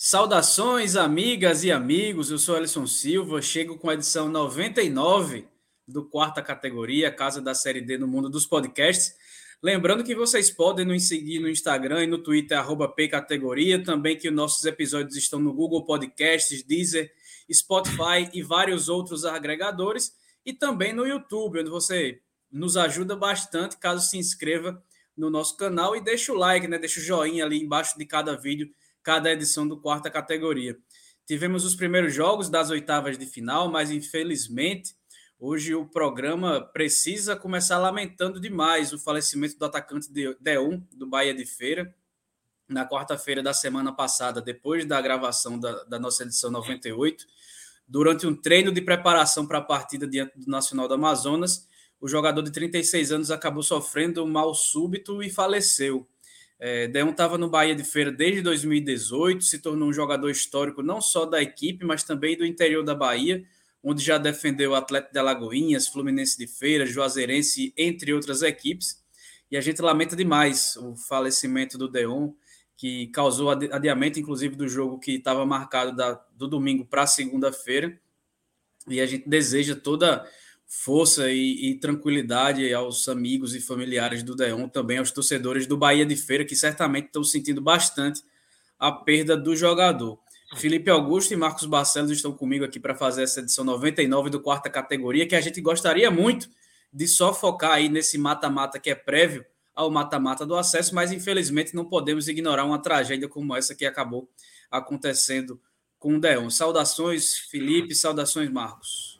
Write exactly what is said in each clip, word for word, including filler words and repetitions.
Saudações, amigas e amigos. Eu sou Alisson Silva. Chego com a edição noventa e nove do Quarta Categoria, Casa da Série D no mundo dos podcasts. Lembrando que vocês podem nos seguir no Instagram e no Twitter, arroba Pcategoria. Também que os nossos episódios estão no Google Podcasts, Deezer, Spotify e vários outros agregadores. E também no YouTube, onde você nos ajuda bastante caso se inscreva no nosso canal e deixe o like, né? Deixa o joinha ali embaixo de cada vídeo, cada edição do Quarta Categoria. Tivemos os primeiros jogos das oitavas de final, mas infelizmente hoje o programa precisa começar lamentando demais o falecimento do atacante Deon, do Bahia de Feira, na quarta-feira da semana passada, depois da gravação da, da nossa edição noventa e oito, durante um treino de preparação para a partida diante do Nacional do Amazonas, o jogador de trinta e seis anos acabou sofrendo um mal súbito e faleceu. É, Deon estava no Bahia de Feira desde dois mil e dezoito, se tornou um jogador histórico não só da equipe, mas também do interior da Bahia, onde já defendeu o Atlético de Alagoinhas, Fluminense de Feira, Juazeirense, entre outras equipes. E a gente lamenta demais o falecimento do Deon, que causou adiamento, inclusive, do jogo que estava marcado da, do domingo para segunda-feira. E a gente deseja toda força e, e tranquilidade aos amigos e familiares do Deon, também aos torcedores do Bahia de Feira, que certamente estão sentindo bastante a perda do jogador. Felipe Augusto e Marcos Barcelos estão comigo aqui para fazer essa edição noventa e nove do Quarta Categoria, que a gente gostaria muito de só focar aí nesse mata-mata que é prévio ao mata-mata do acesso, mas infelizmente não podemos ignorar uma tragédia como essa que acabou acontecendo com o Deon. Saudações, Felipe, saudações, Marcos.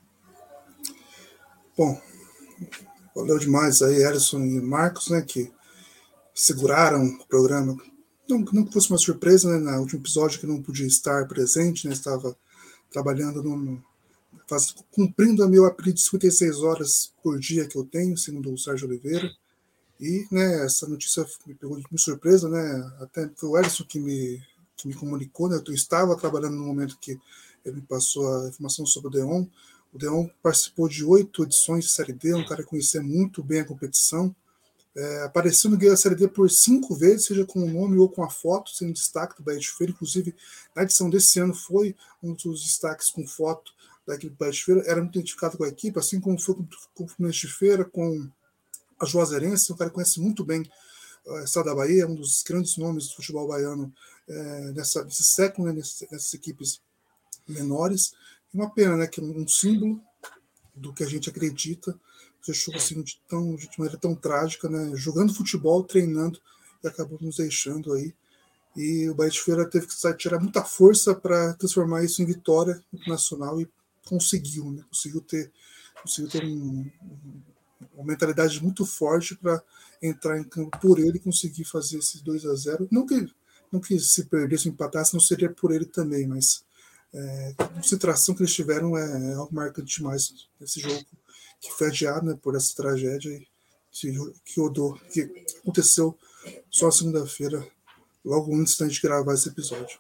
Bom, valeu demais aí, Alisson e Marcos, né, que seguraram o programa. Não, não que fosse uma surpresa, né, no último episódio que não podia estar presente, né, estava trabalhando, no, faz, cumprindo a meu apelido de cinquenta e seis horas por dia que eu tenho, segundo o Sérgio Oliveira. E, né, essa notícia me pegou de surpresa, né, até foi o Alisson que me, que me comunicou, né, eu estava trabalhando no momento que ele me passou a informação sobre o Deon. O Deon participou de oito edições de Série D, um cara que conhecia muito bem a competição. É, apareceu no Guia da Série D por cinco vezes, seja com o nome ou com a foto, sendo destaque do Bahia de Feira. Inclusive, na edição desse ano foi um dos destaques com foto da equipe do Bahia de Feira. Era muito identificado com a equipe, assim como foi com o Fluminense de Feira, com a Juazeirense. Um cara que conhece muito bem o estado da Bahia, é um dos grandes nomes do futebol baiano é, nessa, nesse século, né, nessas, nessas equipes menores. Uma pena, né, que um símbolo do que a gente acredita deixou assim de, tão, de maneira tão trágica, né, jogando futebol, treinando, e acabou nos deixando aí. E o Bahia de Feira teve que tirar muita força para transformar isso em vitória internacional e conseguiu, né, conseguiu ter, conseguiu ter um, uma mentalidade muito forte para entrar em campo por ele e conseguir fazer esses dois a zero. Não que, não que se perdesse ou empatasse, não seria por ele também, mas É, a concentração que eles tiveram é, é algo marcante demais nesse jogo, que foi adiado, né, por essa tragédia que, que, odou, que aconteceu só segunda-feira, logo antes da gente gravar esse episódio.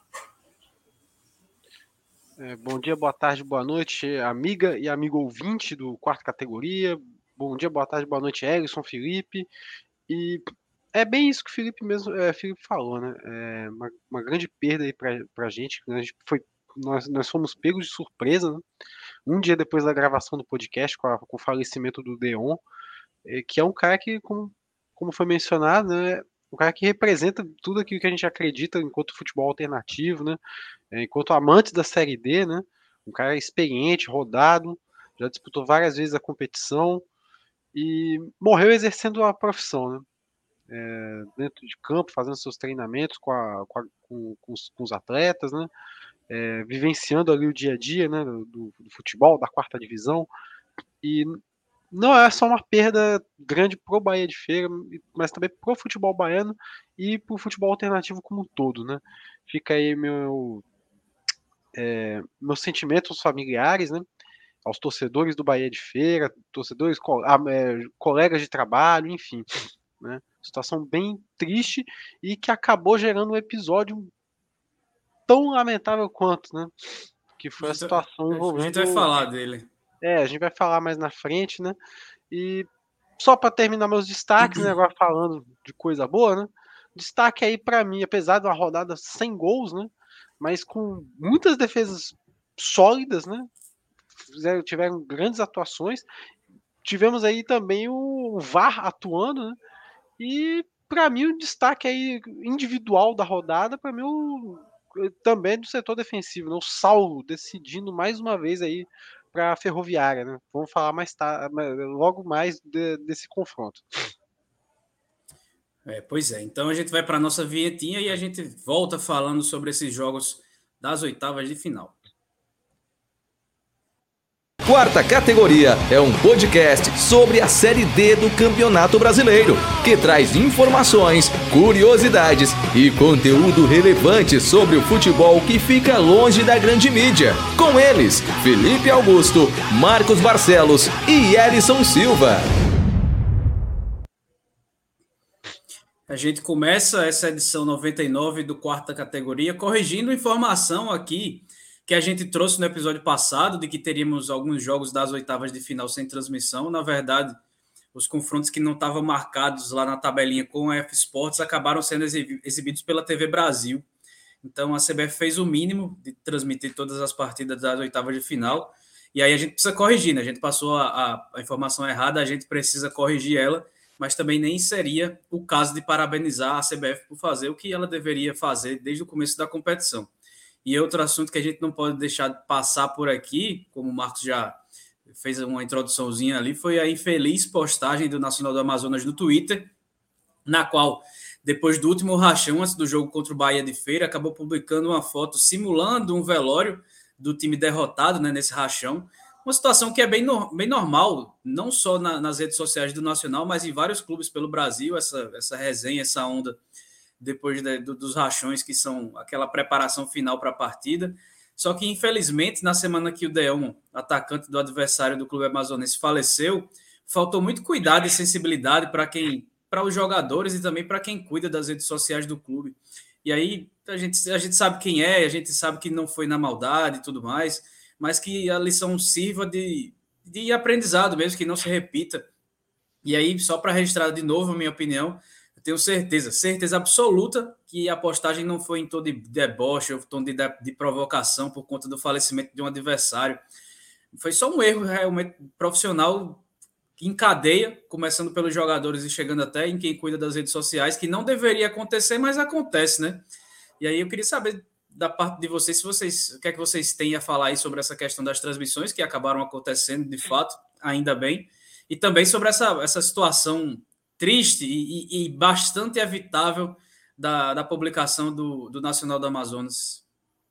É, bom dia, boa tarde, boa noite, amiga e amigo ouvinte do Quarta Categoria. Bom dia, boa tarde, boa noite, Ellison, Felipe. E é bem isso que o Felipe mesmo é, Felipe falou, né? É uma, uma grande perda aí pra, pra gente. A gente foi Nós, nós fomos pegos de surpresa, né? Um dia depois da gravação do podcast, com, a, com o falecimento do Deon, é, que é um cara que, como, como foi mencionado, né, um cara que representa tudo aquilo que a gente acredita enquanto futebol alternativo, né, é, enquanto amantes da Série D, né, um cara experiente, rodado, já disputou várias vezes a competição e morreu exercendo a profissão, né, é, dentro de campo, fazendo seus treinamentos com, a, com, a, com, com, os, com os atletas, né, É, vivenciando ali o dia a dia, né, do, do futebol, da quarta divisão, e não é só uma perda grande pro Bahia de Feira, mas também pro futebol baiano e pro futebol alternativo como um todo, né. Fica aí meu, é, meus sentimentos familiares, né, aos torcedores do Bahia de Feira, torcedores, é, colegas de trabalho, enfim, né, situação bem triste e que acabou gerando um episódio tão lamentável quanto, né? Que foi a situação envolvendo... A gente vai falar dele. É, a gente vai falar mais na frente, né? E só para terminar meus destaques, né? Agora falando de coisa boa, né? Destaque aí para mim, apesar de uma rodada sem gols, né? mas com muitas defesas sólidas, né? Fizeram, tiveram grandes atuações. Tivemos aí também o V A R atuando, né? E para mim o destaque aí individual da rodada, para mim o, também é do setor defensivo, né? O Saulo decidindo mais uma vez aí para a Ferroviária, né? Vamos falar mais tarde, logo mais de, desse confronto. É, pois é, então a gente vai para a nossa vinhetinha e a gente volta falando sobre esses jogos das oitavas de final. Quarta Categoria é um podcast sobre a Série D do Campeonato Brasileiro, que traz informações, curiosidades e conteúdo relevante sobre o futebol que fica longe da grande mídia. Com eles, Felipe Augusto, Marcos Barcelos e Elison Silva. A gente começa essa edição noventa e nove do Quarta Categoria corrigindo informação aqui que a gente trouxe no episódio passado de que teríamos alguns jogos das oitavas de final sem transmissão. Na verdade, os confrontos que não estavam marcados lá na tabelinha com a F Sports acabaram sendo exibidos pela T V Brasil. Então a C B F fez o mínimo de transmitir todas as partidas das oitavas de final. E aí a gente precisa corrigir, né? A gente passou a, a, a informação errada, a gente precisa corrigir ela, mas também nem seria o caso de parabenizar a C B F por fazer o que ela deveria fazer desde o começo da competição. E outro assunto que a gente não pode deixar de passar por aqui, como o Marcos já fez uma introduçãozinha ali, foi a infeliz postagem do Nacional do Amazonas no Twitter, na qual, depois do último rachão, antes do jogo contra o Bahia de Feira, acabou publicando uma foto simulando um velório do time derrotado, né, nesse rachão. Uma situação que é bem, no, bem normal, não só na, nas redes sociais do Nacional, mas em vários clubes pelo Brasil, essa, essa resenha, essa onda depois de, do, dos rachões, que são aquela preparação final para a partida. Só que, infelizmente, na semana que o Deon, atacante do adversário do Clube Amazonense, faleceu, faltou muito cuidado e sensibilidade para quem, para os jogadores e também para quem cuida das redes sociais do clube. E aí a gente, a gente sabe quem é, a gente sabe que não foi na maldade e tudo mais, mas que a lição sirva de, de aprendizado mesmo, que não se repita. E aí, só para registrar de novo a minha opinião, tenho certeza, certeza absoluta que a postagem não foi em tom de deboche ou tom de, de provocação por conta do falecimento de um adversário. Foi só um erro realmente profissional em cadeia, começando pelos jogadores e chegando até em quem cuida das redes sociais, que não deveria acontecer, mas acontece, né? E aí eu queria saber da parte de vocês, se vocês, o que é que vocês têm a falar aí sobre essa questão das transmissões que acabaram acontecendo de fato, ainda bem, e também sobre essa, essa situação triste e, e bastante evitável da, da publicação do, do Nacional do Amazonas.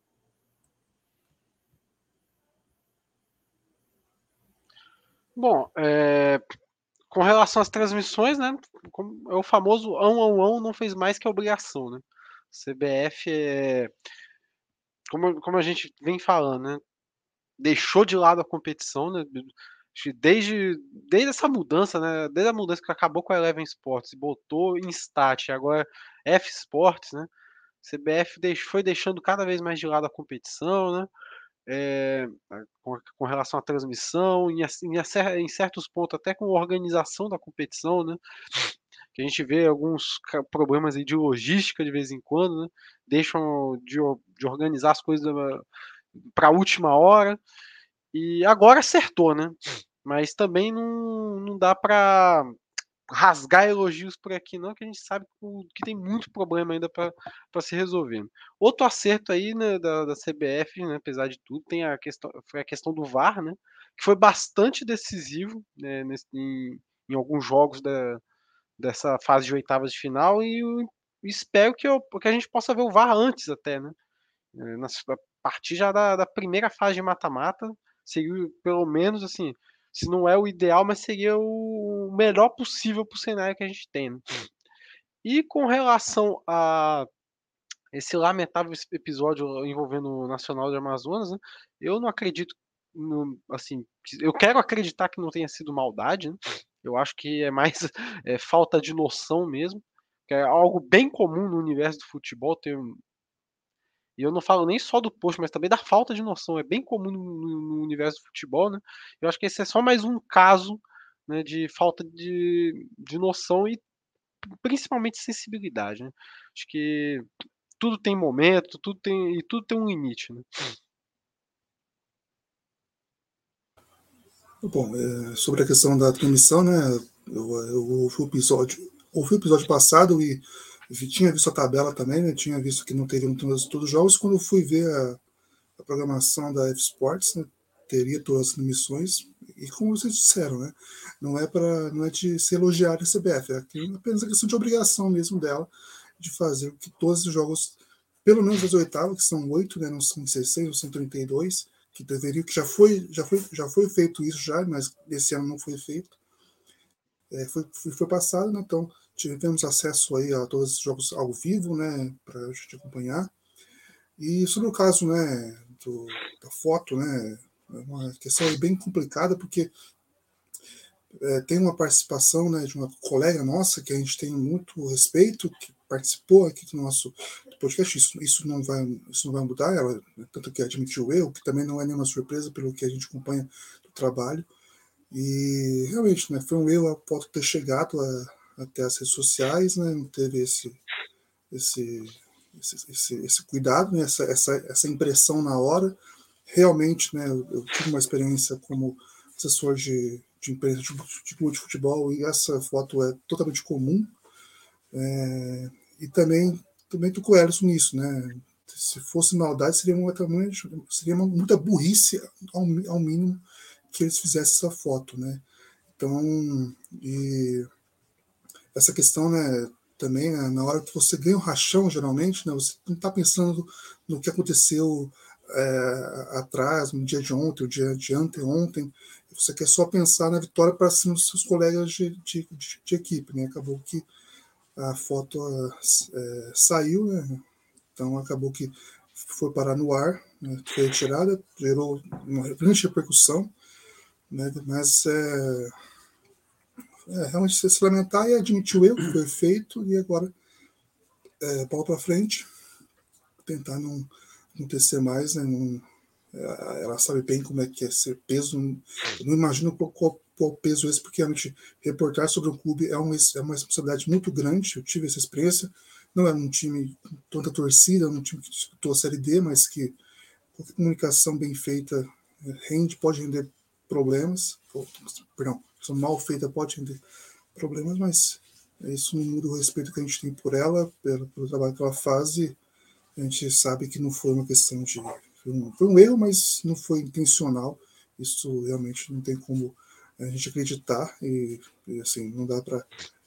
Bom, é, com relação às transmissões, né, é o famoso ão, ão, ão, não fez mais que a obrigação, né? C B F, é, como, como a gente vem falando, né, deixou de lado a competição, né, desde, desde essa mudança, né, desde a mudança que acabou com a Eleven Sports e botou em Stat, agora F Sports, né, C B F deixou, foi deixando cada vez mais de lado a competição, né, é, com, com relação à transmissão, em, em, em certos pontos até com a organização da competição, né, que a gente vê alguns problemas aí de logística de vez em quando, né, deixam de, de organizar as coisas para a última hora, e agora acertou, né, mas também não, não dá para rasgar elogios por aqui não, que a gente sabe que tem muito problema ainda para se resolver. Outro acerto aí, né, da, da C B F, né, apesar de tudo, tem a questão, foi a questão do V A R, né, que foi bastante decisivo, né, nesse, em, em alguns jogos da, dessa fase de oitavas de final, e eu espero que, eu, que a gente possa ver o V A R antes até, né, na, a partir já da, da primeira fase de mata-mata, seria pelo menos assim, se não é o ideal, mas seria o melhor possível para o cenário que a gente tem. Né? E com relação a esse lamentável episódio envolvendo o Nacional de Amazonas, né? Eu não acredito, no, assim, eu quero acreditar que não tenha sido maldade, né? Eu acho que é mais é, falta de noção mesmo, que é algo bem comum no universo do futebol, ter e eu não falo nem só do post, mas também da falta de noção. É bem comum no, no universo do futebol, né? Eu acho que esse é só mais um caso, né, de falta de, de noção e principalmente sensibilidade, né? Acho que tudo tem momento, tudo tem, e tudo tem um limite, né? Bom, é, sobre a questão da transmissão, né? Eu, eu ouvi o episódio, ouvi o episódio passado e tinha visto a tabela também, né? Tinha visto que não teriam todos os jogos. Quando eu fui ver a, a programação da F Sports, né, teria todas as transmissões. E como vocês disseram, né? Não é para, não é de se elogiar a C B F, é apenas a questão de obrigação mesmo dela de fazer que todos os jogos, pelo menos as oitavas, que são oito, né? Não são dezesseis ou cento e trinta e dois. Que deveria, que já foi, já foi, já foi feito isso já, mas esse ano não foi feito. É, foi, foi passado, né? Então tivemos acesso aí a todos os jogos ao vivo, né, para a gente acompanhar. E sobre o caso, né, do, da foto, né, é uma questão aí bem complicada, porque é, tem uma participação, né, de uma colega nossa que a gente tem muito respeito, que participou aqui do nosso podcast. Isso, isso, não, vai, isso não vai mudar, ela, tanto que admitiu o erro, que também não é nenhuma surpresa pelo que a gente acompanha do trabalho. E realmente, né, foi um erro a foto ter chegado a, até as redes sociais, né, não teve esse, esse, esse, esse, esse cuidado, né, essa, essa, essa impressão na hora. Realmente, né, eu, eu tive uma experiência como assessor de, de imprensa de, de clube de futebol e essa foto é totalmente comum. É, e também também tô com o Ellison nisso, né? Se fosse maldade, seria uma, seria uma muita burrice ao, ao mínimo que eles fizessem essa foto, né? Então, e essa questão, né, também, né, na hora que você ganha o rachão, geralmente, né, você não está pensando no que aconteceu é, atrás, no dia de ontem, o dia de anteontem, você quer só pensar na vitória para cima dos seus colegas de, de, de, de equipe, né? Acabou que a foto é, saiu, né? Então acabou que foi parar no ar, né? Foi retirada, gerou uma grande repercussão, né? Mas é, é realmente se lamentar e admitir o erro que foi feito e agora é, bola para frente, tentar não acontecer mais, né? Não, ela sabe bem como é que é ser peso, eu não imagino qual, qual, qual peso esse, porque realmente reportar sobre um clube é uma, é uma responsabilidade muito grande. Eu tive essa experiência, não é um time com tanta torcida, é um time que disputou a Série D, mas que qualquer comunicação bem feita rende, pode render problemas, ou, perdão, mal feita pode render problemas, mas isso não muda o respeito que a gente tem por ela, pelo, pelo trabalho que ela faz, e a gente sabe que não foi uma questão de... Foi um, foi um erro, mas não foi intencional. Isso realmente não tem como a gente acreditar, e, e assim, não dá para...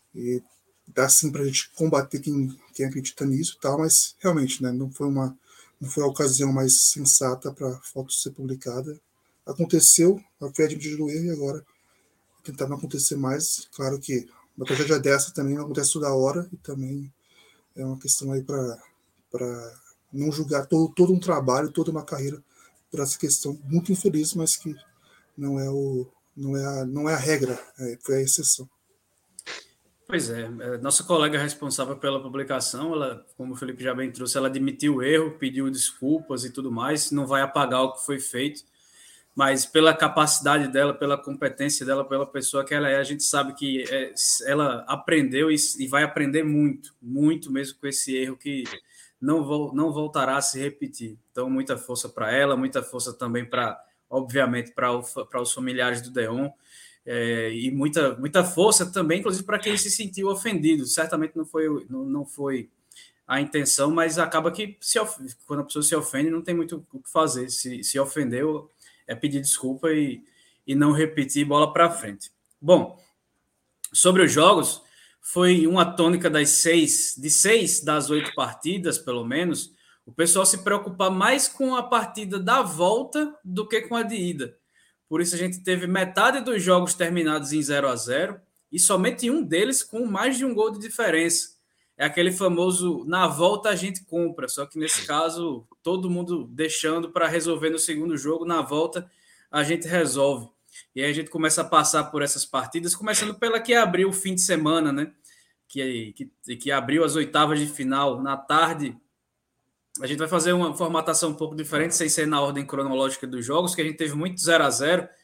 Dá sim para a gente combater quem, quem acredita nisso e tal, mas realmente, né, não foi uma não foi a ocasião mais sensata para a foto ser publicada. Aconteceu, foi admitido o erro e agora tentar não acontecer mais. Claro que uma tragédia dessa também não acontece toda hora e também é uma questão aí para para não julgar todo, todo um trabalho, toda uma carreira por essa questão muito infeliz, mas que não é o não é a, não é a regra, é, foi a exceção. Pois é, nossa colega responsável pela publicação, ela, como o Felipe já bem trouxe, ela admitiu o erro, pediu desculpas e tudo mais, não vai apagar o que foi feito, mas pela capacidade dela, pela competência dela, pela pessoa que ela é, a gente sabe que é, ela aprendeu e, e vai aprender muito, muito mesmo com esse erro que não, vo, não voltará a se repetir. Então, muita força para ela, muita força também para, obviamente, para os familiares do Deon. É, e muita, muita força também, inclusive, para quem se sentiu ofendido. Certamente não foi, não, não foi a intenção, mas acaba que se, quando a pessoa se ofende, não tem muito o que fazer. Se, se ofendeu, é pedir desculpa e, e não repetir, bola para frente. Bom, sobre os jogos, foi uma tônica das seis, de seis das oito partidas, pelo menos, o pessoal se preocupar mais com a partida da volta do que com a de ida. Por isso a gente teve metade dos jogos terminados em zero a zero e somente um deles com mais de um gol de diferença. É aquele famoso na volta a gente compra, só que nesse caso todo mundo deixando para resolver no segundo jogo, na volta a gente resolve. E aí a gente começa a passar por essas partidas, começando pela que abriu o fim de semana, né? Que, que, que abriu as oitavas de final na tarde. A gente vai fazer uma formatação um pouco diferente, sem ser na ordem cronológica dos jogos, que a gente teve muito zero a zero.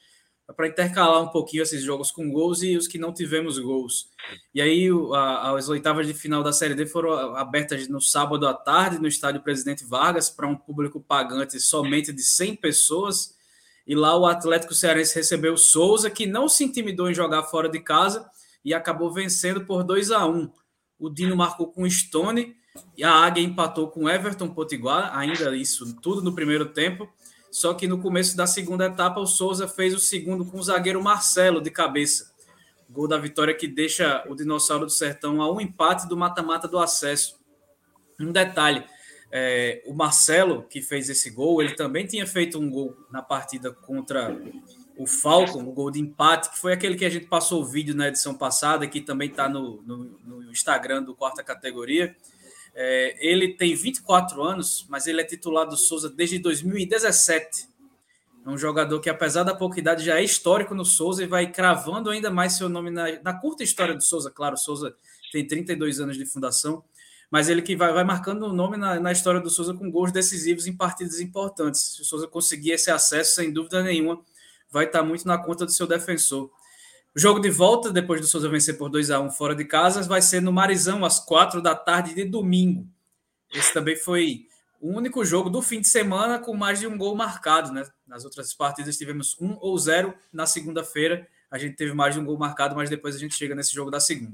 para intercalar um pouquinho esses jogos com gols e os que não tivemos gols. E aí a, as oitavas de final da Série D foram abertas no sábado à tarde no estádio Presidente Vargas para um público pagante somente de cem pessoas, e lá o Atlético Cearense recebeu o Souza, que não se intimidou em jogar fora de casa e acabou vencendo por dois a um. O Dino marcou com o Stone e a Águia empatou com o Everton Potiguar, ainda isso tudo no primeiro tempo. Só que no começo da segunda etapa, o Souza fez o segundo com o zagueiro Marcelo de cabeça. Gol da vitória que deixa o Dinossauro do Sertão a um empate do mata-mata do acesso. Um detalhe, é, o Marcelo, que fez esse gol, ele também tinha feito um gol na partida contra o Falcon, o gol de empate, que foi aquele que a gente passou o vídeo na edição passada, que também está no, no, no Instagram do Quarta Categoria. É, ele tem vinte e quatro anos, mas ele é titular do Souza desde dois mil e dezessete. É um jogador que, apesar da pouca idade, já é histórico no Souza e vai cravando ainda mais seu nome na, na curta história do Souza. Claro, o Souza tem trinta e dois anos de fundação, mas ele que vai, vai marcando o nome na, na história do Souza com gols decisivos em partidas importantes. Se o Souza conseguir esse acesso, sem dúvida nenhuma, vai estar muito na conta do seu defensor. O jogo de volta, depois do Souza vencer por dois a um fora de casa, vai ser no Marizão, às quatro da tarde de domingo. Esse também foi o único jogo do fim de semana com mais de um gol marcado, né? Nas outras partidas tivemos um ou zero. Na segunda-feira a gente teve mais de um gol marcado, mas depois a gente chega nesse jogo da segunda.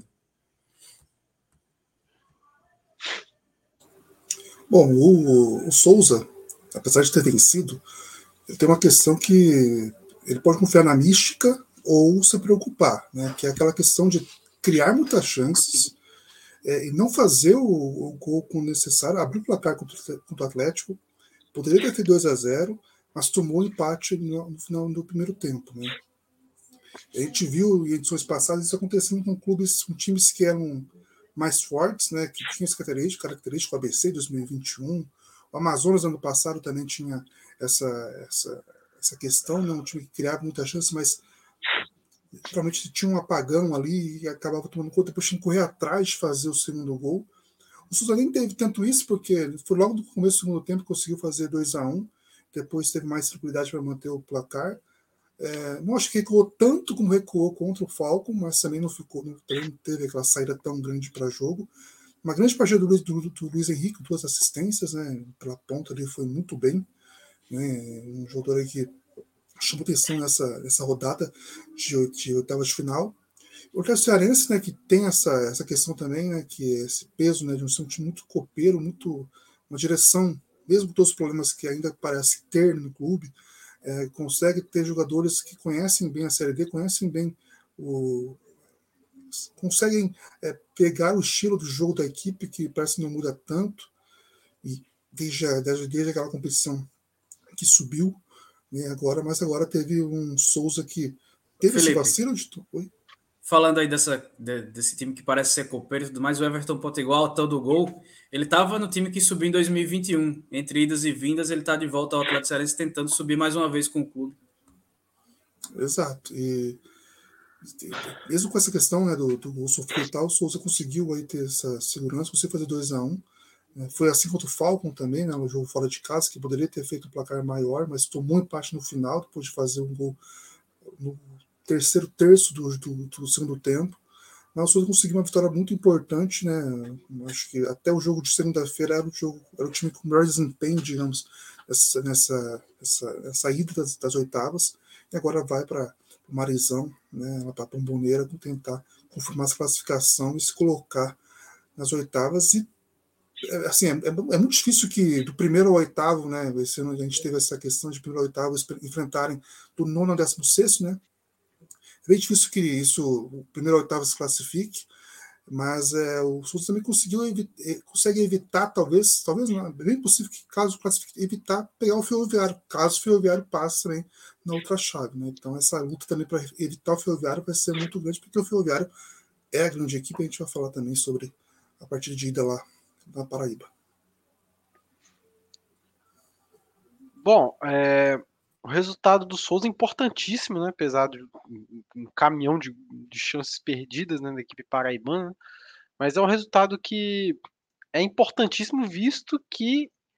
Bom, o, o Souza, apesar de ter vencido, ele tem uma questão que ele pode confiar na mística ou se preocupar, né? Que é aquela questão de criar muitas chances é, e não fazer o, o gol com o necessário, abrir o placar contra, contra o Atlético, poderia ter feito dois a zero, mas tomou um empate no, no final do primeiro tempo, né? A gente viu em edições passadas isso acontecendo com clubes, com times que eram mais fortes, né? Que tinham essa característica, característica o A B C dois mil e vinte e um, o Amazonas ano passado também tinha essa, essa, essa questão, né? Um time que criava muitas chances, mas realmente tinha um apagão ali e acabava tomando conta, depois tinha que correr atrás de fazer o segundo gol. O Souza nem teve tanto isso, porque foi logo no começo do segundo tempo que conseguiu fazer dois a um, depois teve mais tranquilidade para manter o placar. É, não acho que recuou tanto como recuou contra o Falcon, mas também não ficou, não teve aquela saída tão grande para jogo. Uma grande partida do Luiz, do, do Luiz Henrique, duas assistências, né, pela ponta ali, foi muito bem, né, um jogador aí que chamou atenção nessa, nessa rodada de, de oitavas de final. O Atlético Cearense, né, que tem essa, essa questão também, né, que é esse peso, né, de um time muito copeiro, muito, uma direção, mesmo com todos os problemas que ainda parece ter no clube, é, consegue ter jogadores que conhecem bem a Série D, conhecem bem o... conseguem é, pegar o estilo do jogo da equipe, que parece que não muda tanto, e desde, desde, desde aquela competição que subiu, né, agora, mas agora teve um Souza que teve Felipe, esse vacilo de... Oi? Falando aí dessa, de, desse time que parece ser copeiro e tudo mais, o Everton Potiguar, autor do gol, ele estava no time que subiu em dois mil e vinte e um. Entre idas e vindas, ele está de volta ao Atlético Cearense tentando subir mais uma vez com o clube. Exato. E mesmo com essa questão, né, do, do gol sofrido e tal, o Souza conseguiu aí ter essa segurança, conseguiu fazer dois a um. Foi assim contra o Falcon também, né, no jogo fora de casa, que poderia ter feito um placar maior, mas tomou empate no final, depois de fazer um gol no terceiro terço do, do, do segundo tempo. Mas o Souza conseguiu uma vitória muito importante, né? Acho que até o jogo de segunda-feira era o jogo, era o time com o melhor desempenho, digamos, nessa, nessa, nessa, nessa ida das, das oitavas, e agora vai para o Marizão, né, para a Bomboneira, tentar confirmar essa classificação e se colocar nas oitavas. E assim, é, é, é muito difícil que do primeiro ao oitavo, né? Esse ano a gente teve essa questão de primeiro ao oitavo enfrentarem do nono ao décimo sexto, né? É bem difícil que isso, o primeiro ao oitavo se classifique, mas é, o Souza também conseguiu evitar, consegue evitar, talvez, talvez não, é bem possível que, caso classifique, evitar pegar o Ferroviário, caso o Ferroviário passe também na outra chave, né? Então essa luta também para evitar o Ferroviário vai ser muito grande, porque o Ferroviário é a grande equipe, a gente vai falar também sobre a partida de ida lá na Paraíba. Bom, é, o resultado do Souza é importantíssimo, né? Apesar de um caminhão de, de chances perdidas, né, da equipe paraibana, mas é um resultado que é importantíssimo visto que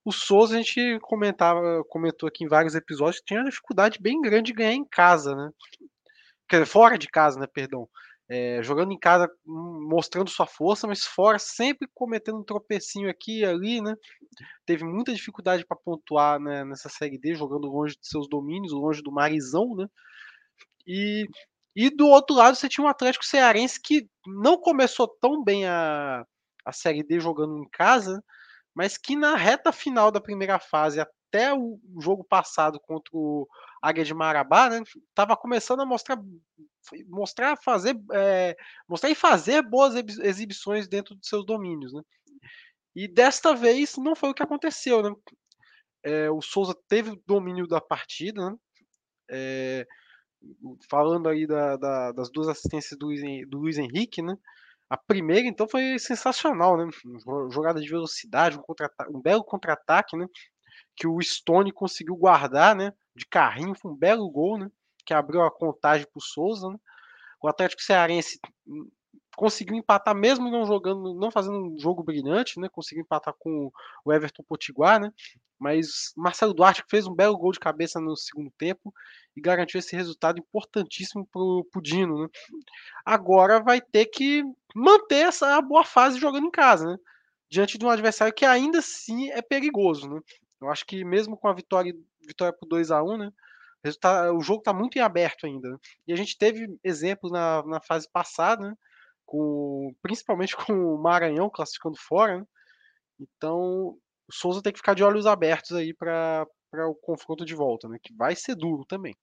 o Souza, a gente comentava, comentou aqui em vários episódios que tinha uma dificuldade bem grande de ganhar em casa, né? Quer dizer, fora de casa, né? Perdão. É, jogando em casa, mostrando sua força, mas fora sempre cometendo um tropecinho aqui e ali, né? Teve muita dificuldade para pontuar, né, nessa Série D, jogando longe de seus domínios, longe do Marizão, né? E, e do outro lado você tinha um Atlético Cearense que não começou tão bem a, a Série D jogando em casa, mas que na reta final da primeira fase, até o jogo passado contra o Águia de Marabá, né, tava começando a mostrar, mostrar, fazer, é, mostrar e fazer boas exibições dentro dos seus domínios, né? E desta vez não foi o que aconteceu, né? É, o Souza teve o domínio da partida, né? É, falando aí da, da, das duas assistências do Luiz, do Luiz Henrique, né? A primeira, então, foi sensacional, né? Jogada de velocidade, um, contra um belo contra-ataque, né? Que o Stone conseguiu guardar, né? De carrinho, foi um belo gol, né? Que abriu a contagem para o Souza, né? O Atlético Cearense conseguiu empatar mesmo não jogando, não fazendo um jogo brilhante, né? Conseguiu empatar com o Everton Potiguar, né? Mas Marcelo Duarte fez um belo gol de cabeça no segundo tempo e garantiu esse resultado importantíssimo pro, pro Dino, né? Agora vai ter que manter essa boa fase jogando em casa, né? Diante de um adversário que ainda assim é perigoso, né? Eu acho que mesmo com a vitória, vitória por dois a um, né? O, resultado, o jogo está muito em aberto ainda, né? E a gente teve exemplos na, na fase passada, né? Com, principalmente com o Maranhão classificando fora, né? Então o Souza tem que ficar de olhos abertos aí para o confronto de volta, né? Que vai ser duro também.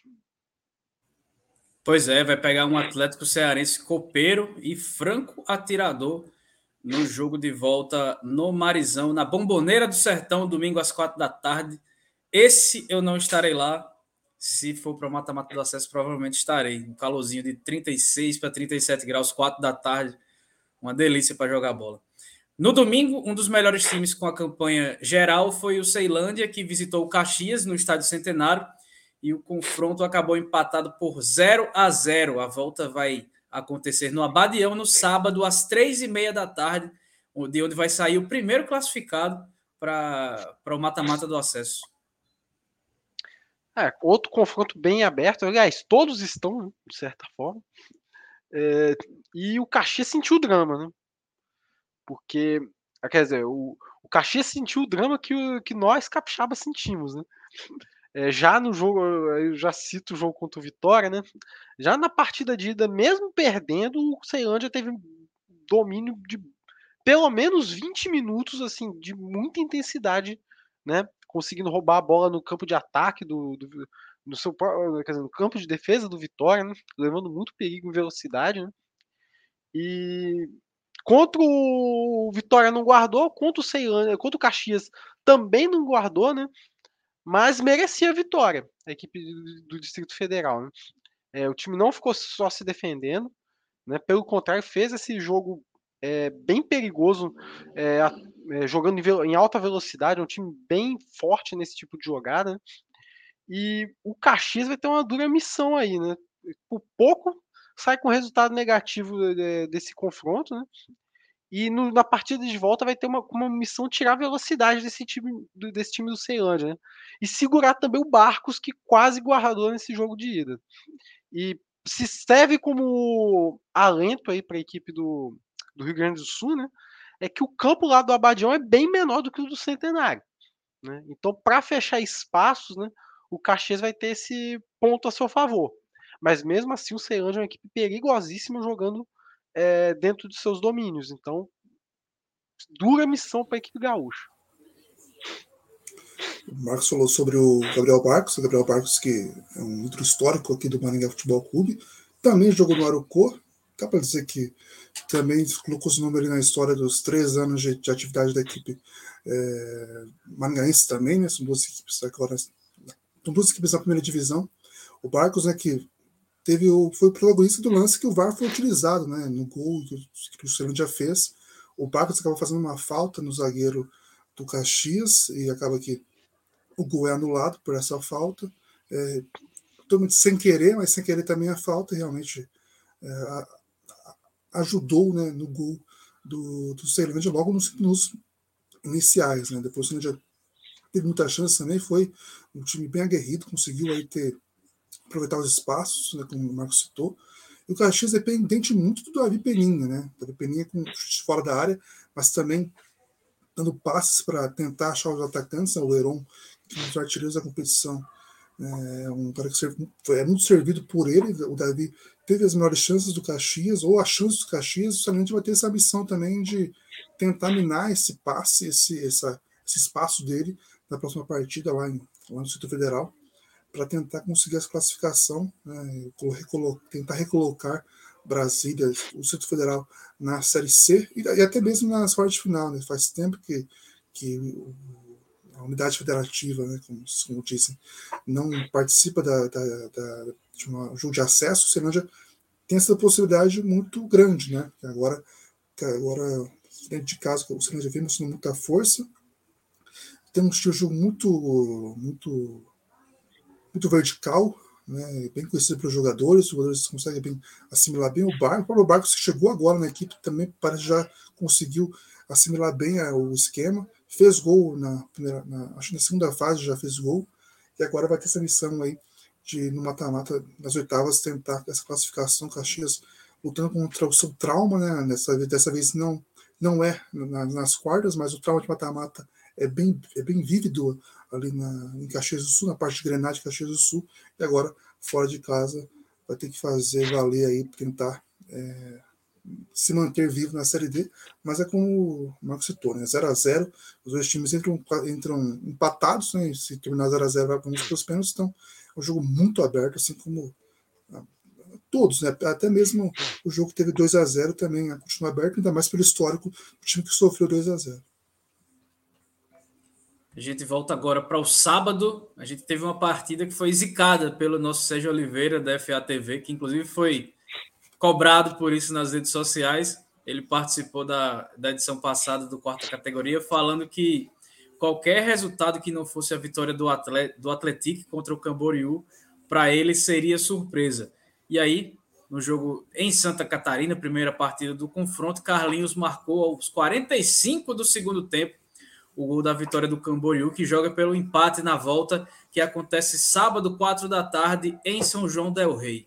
Pois é, vai pegar um Atlético Cearense copeiro e franco atirador no jogo de volta no Marizão, na Bomboneira do Sertão, domingo às quatro da tarde. Esse eu não estarei lá. Se for para o mata-mata do acesso, provavelmente estarei. Um calorzinho de trinta e seis para trinta e sete graus, quatro da tarde. Uma delícia para jogar bola. No domingo, um dos melhores times com a campanha geral foi o Ceilândia, que visitou o Caxias no Estádio Centenário, e o confronto acabou empatado por zero a zero. A volta vai acontecer no Abadião no sábado, às três e meia da tarde, de onde vai sair o primeiro classificado para o mata-mata do acesso. É, outro confronto bem aberto. Aliás, todos estão, né, de certa forma. É, e o Caxias sentiu o drama, né? Porque, quer dizer, o, o Caxias sentiu o drama que, que nós capixabas sentimos, né? É, já no jogo, eu já cito o jogo contra o Vitória, né? Já na partida de ida, mesmo perdendo, o Ceilândia teve domínio de pelo menos vinte minutos, assim, de muita intensidade, né? Conseguindo roubar a bola no campo de ataque do, do no seu quer dizer, no campo de defesa do Vitória, né? Levando muito perigo em velocidade, né? E contra o Vitória não guardou, contra o Ceilândia, contra o Caxias também não guardou, né? Mas merecia a vitória, a equipe do Distrito Federal, né? É, o time não ficou só se defendendo, né? Pelo contrário, fez esse jogo é, bem perigoso, é, é, jogando em, em alta velocidade, é um time bem forte nesse tipo de jogada, né? E o Caxias vai ter uma dura missão aí, né? Por pouco sai com resultado negativo é, desse confronto, né? E no, na partida de volta vai ter uma, uma missão tirar a velocidade desse time, desse time do Ceilândia, né? E segurar também o Barcos, que quase guardou nesse jogo de ida. E se serve como alento aí para a equipe do, do Rio Grande do Sul, né? É que o campo lá do Abadião é bem menor do que o do Centenário, né? Então, para fechar espaços, né? O Caxias vai ter esse ponto a seu favor. Mas mesmo assim, o Ceilândia é uma equipe perigosíssima jogando é, dentro de seus domínios. Então, dura missão para a equipe gaúcha. O Marcos falou sobre o Gabriel Barcos, o Gabriel Barcos, que é um ídolo histórico aqui do Maringá Futebol Clube, também jogou no Arucô. Dá para dizer que também colocou seu nome ali na história dos três anos de, de atividade da equipe é, maringaense também, né? São duas equipes agora, são duas equipes na primeira divisão. O Barcos, né, que teve o, foi o protagonista do lance que o V A R foi utilizado, né, no gol que, que o Ceilândia fez. O Barcos acaba fazendo uma falta no zagueiro do Caxias e acaba que o gol é anulado por essa falta. É, totalmente sem querer, mas sem querer também a falta realmente é, a, a, ajudou, né, no gol do, do Ceilândia logo nos, nos iniciais, né? Depois o Ceilândia teve muita chance também, foi um time bem aguerrido, conseguiu aí ter, aproveitar os espaços, né, como o Marcos citou. E o Caxias é dependente muito do Davi Peninha, né? Davi Peninha com chute fora da área, mas também dando passes para tentar achar os atacantes, né? O Heron, que é um dos artilheiros da competição, é um cara que serve, é muito servido por ele. O Davi teve as melhores chances do Caxias, ou as chances do Caxias, justamente vai ter essa missão também de tentar minar esse passe, esse, essa, esse espaço dele na próxima partida lá, em, lá no Distrito Federal, para tentar conseguir essa classificação, né, recolo- tentar recolocar Brasília, o Distrito Federal, na Série C e, e até mesmo nas quartas de final. Né? Faz tempo que, que o, a unidade federativa, né, como, como dizem, não participa da, da, da, de um jogo de acesso, o Ceilândia tem essa possibilidade muito grande. Né? Agora, agora, dentro de casa, o Ceilândia vem mostrando muita força, tem um estilo de jogo muito, muito muito vertical, né, bem conhecido pelos jogadores, os jogadores conseguem bem assimilar bem o Barco. O próprio Barco que chegou agora na equipe também parece que já conseguiu assimilar bem a, o esquema, fez gol na primeira, na, acho que na segunda fase já fez gol, e agora vai ter essa missão aí de no mata-mata, nas oitavas, tentar essa classificação. Caxias lutando contra o seu trauma, né, nessa, dessa vez não, não é na, nas quartas, mas o trauma de mata-mata é bem, é bem vívido ali na, em Caxias do Sul, na parte de Grenade, Caxias do Sul, e agora, fora de casa, vai ter que fazer valer aí, tentar é, se manter vivo na Série D, mas é como o Marcos citou, né, zero a zero, os dois times entram, entram empatados, né, se terminar zero a zero, vamos para os pênaltis, então é um jogo muito aberto, assim como todos, né, até mesmo o jogo que teve dois a zero também continua aberto, ainda mais pelo histórico do time que sofreu dois a zero. A gente volta agora para o sábado. A gente teve uma partida que foi zicada pelo nosso Sérgio Oliveira, da F A T V, que inclusive foi cobrado por isso nas redes sociais. Ele participou da, da edição passada do quarta categoria, falando que qualquer resultado que não fosse a vitória do, atlet, do Atlético contra o Camboriú, para ele seria surpresa. E aí, no jogo em Santa Catarina, primeira partida do confronto, Carlinhos marcou aos quarenta e cinco do segundo tempo o gol da vitória do Camboriú, que joga pelo empate na volta, que acontece sábado, quatro da tarde, em São João del Rei.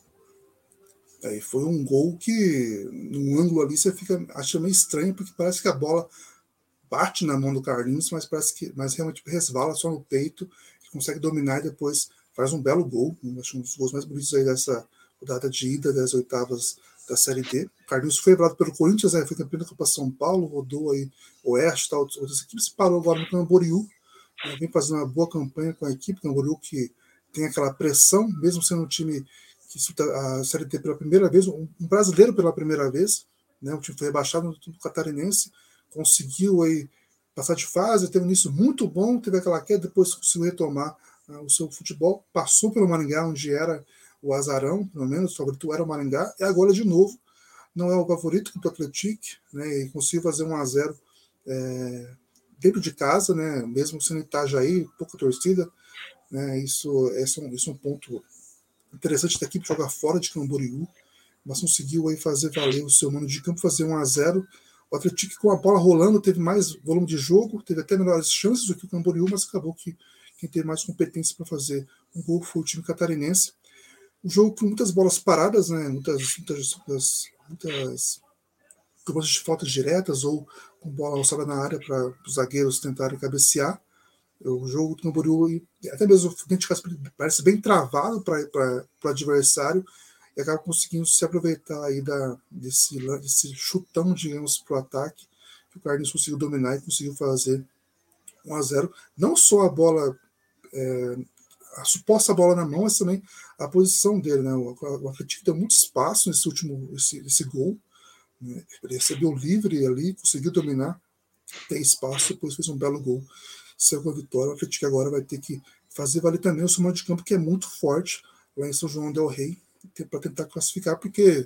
Aí foi um gol que, no ângulo ali, você fica acha meio estranho, porque parece que a bola bate na mão do Carlinhos, mas parece que mas realmente resvala só no peito, consegue dominar e depois faz um belo gol. Acho um dos gols mais bonitos aí dessa rodada de ida das oitavas da Série D. O Carlinhos foi levado pelo Corinthians, né, foi campeão da Copa São Paulo, rodou aí Oeste, tal, outras equipes, parou agora no Camboriú, né, vem fazendo uma boa campanha com a equipe. Camboriú que tem aquela pressão, mesmo sendo um time que disputa a Série D pela primeira vez, um brasileiro pela primeira vez, né, o time foi rebaixado no time catarinense, conseguiu aí passar de fase, teve um início muito bom, teve aquela queda, depois conseguiu retomar uh, o seu futebol, passou pelo Maringá, onde era o azarão, pelo menos, o favorito era o Maringá, e agora de novo, não é o favorito contra o Atlético, né, e conseguiu fazer um a zero é, dentro de casa, né, mesmo sendo Itajaí, pouca torcida, né, isso, esse é um, isso é um ponto interessante da equipe, jogar fora de Camboriú, mas conseguiu aí fazer valer o seu mano de campo, fazer um a zero. O Atlético, com a bola rolando, teve mais volume de jogo, teve até melhores chances do que o Camboriú, mas acabou que quem teve mais competência para fazer um gol foi o time catarinense. Um jogo com muitas bolas paradas, né, muitas, muitas, muitas, muitas cobranças de faltas diretas ou com bola alçada na área para os zagueiros tentarem cabecear. O jogo do Camboriú, até mesmo dentro de casa, parece bem travado para o adversário, e acaba conseguindo se aproveitar aí da, desse, desse chutão, digamos, para o ataque, que o Carlinhos conseguiu dominar e conseguiu fazer um a zero. Não só a bola, é, a suposta bola na mão, mas também a posição dele, né? O, o Atlético deu muito espaço nesse último esse, esse gol, né? Ele recebeu livre ali, conseguiu dominar, tem espaço, depois fez um belo gol, saiu com a vitória. O Atlético agora vai ter que fazer valer também o seu mando de campo, que é muito forte lá em São João del Rei, para tentar classificar, porque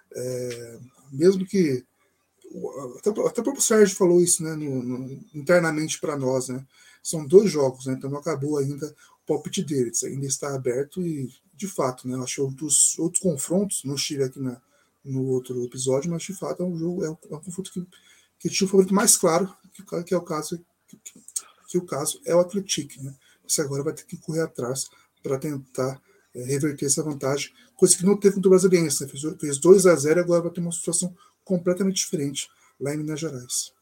é, mesmo que até, até o próprio Sérgio falou isso, né, no, no, internamente para nós, né, são dois jogos, né, então não acabou ainda o palpite deles, ainda está aberto e de fato, né, eu acho que outros, outros confrontos, não estive aqui na, no outro episódio, mas de fato é um jogo, é um, é um confronto que, que tinha o favorito mais claro, que, que é o caso que, que o caso é o Atlético, né? Você agora vai ter que correr atrás para tentar é, reverter essa vantagem, coisa que não teve do Brasiliense, né? Fez, fez dois a zero e agora vai ter uma situação completamente diferente lá em Minas Gerais.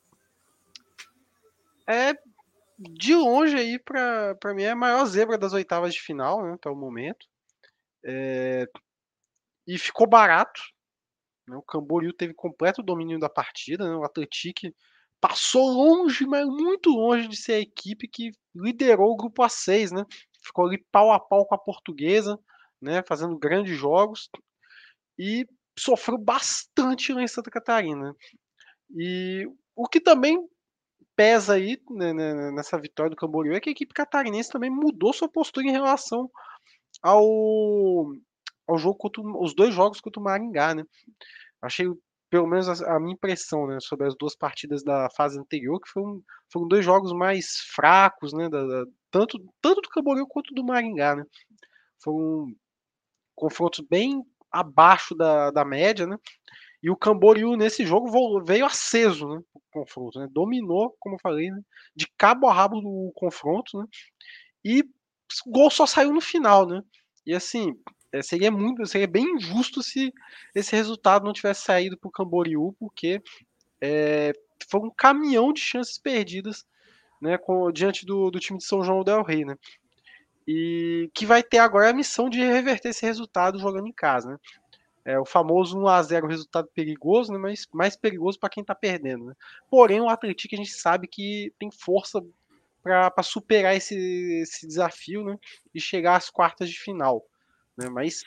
É, de longe aí, para mim, é a maior zebra das oitavas de final, né, até o momento. É, e ficou barato. Né, o Camboriú teve completo domínio da partida. Né, o Atlético passou longe, mas muito longe de ser a equipe que liderou o grupo A seis. Né, ficou ali pau a pau com a Portuguesa, né, fazendo grandes jogos. E sofreu bastante lá em Santa Catarina. E o que também pesa aí, né, nessa vitória do Camboriú é que a equipe catarinense também mudou sua postura em relação ao, ao jogo contra os dois jogos contra o Maringá, né? Achei, pelo menos a, a minha impressão, né, sobre as duas partidas da fase anterior, que foram, foram dois jogos mais fracos, né, da, da, tanto, tanto do Camboriú quanto do Maringá, né? Foram confrontos bem abaixo da, da média, né? E o Camboriú nesse jogo veio aceso, né, o confronto, né? Dominou, como eu falei, né, de cabo a rabo do confronto, né? E o gol só saiu no final, né? E assim, seria muito, seria bem injusto se esse resultado não tivesse saído para o Camboriú, porque é, foi um caminhão de chances perdidas, né, com, diante do, do time de São João del Rei, né? E que vai ter agora a missão de reverter esse resultado jogando em casa, né? É o famoso um a zero, resultado perigoso, né, mas mais perigoso para quem está perdendo. Né? Porém, o Atlético a gente sabe que tem força para superar esse, esse desafio, né, e chegar às quartas de final. Né, mas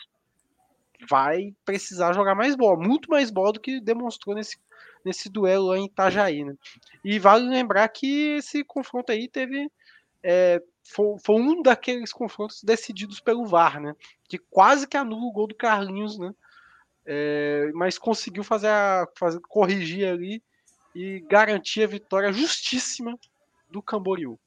vai precisar jogar mais bola, muito mais bola do que demonstrou nesse, nesse duelo lá em Itajaí. Né? E vale lembrar que esse confronto aí teve... É, foi, foi um daqueles confrontos decididos pelo V A R, né, que quase que anula o gol do Carlinhos, né? É, mas conseguiu fazer, a, fazer corrigir ali e garantir a vitória justíssima do Camboriú.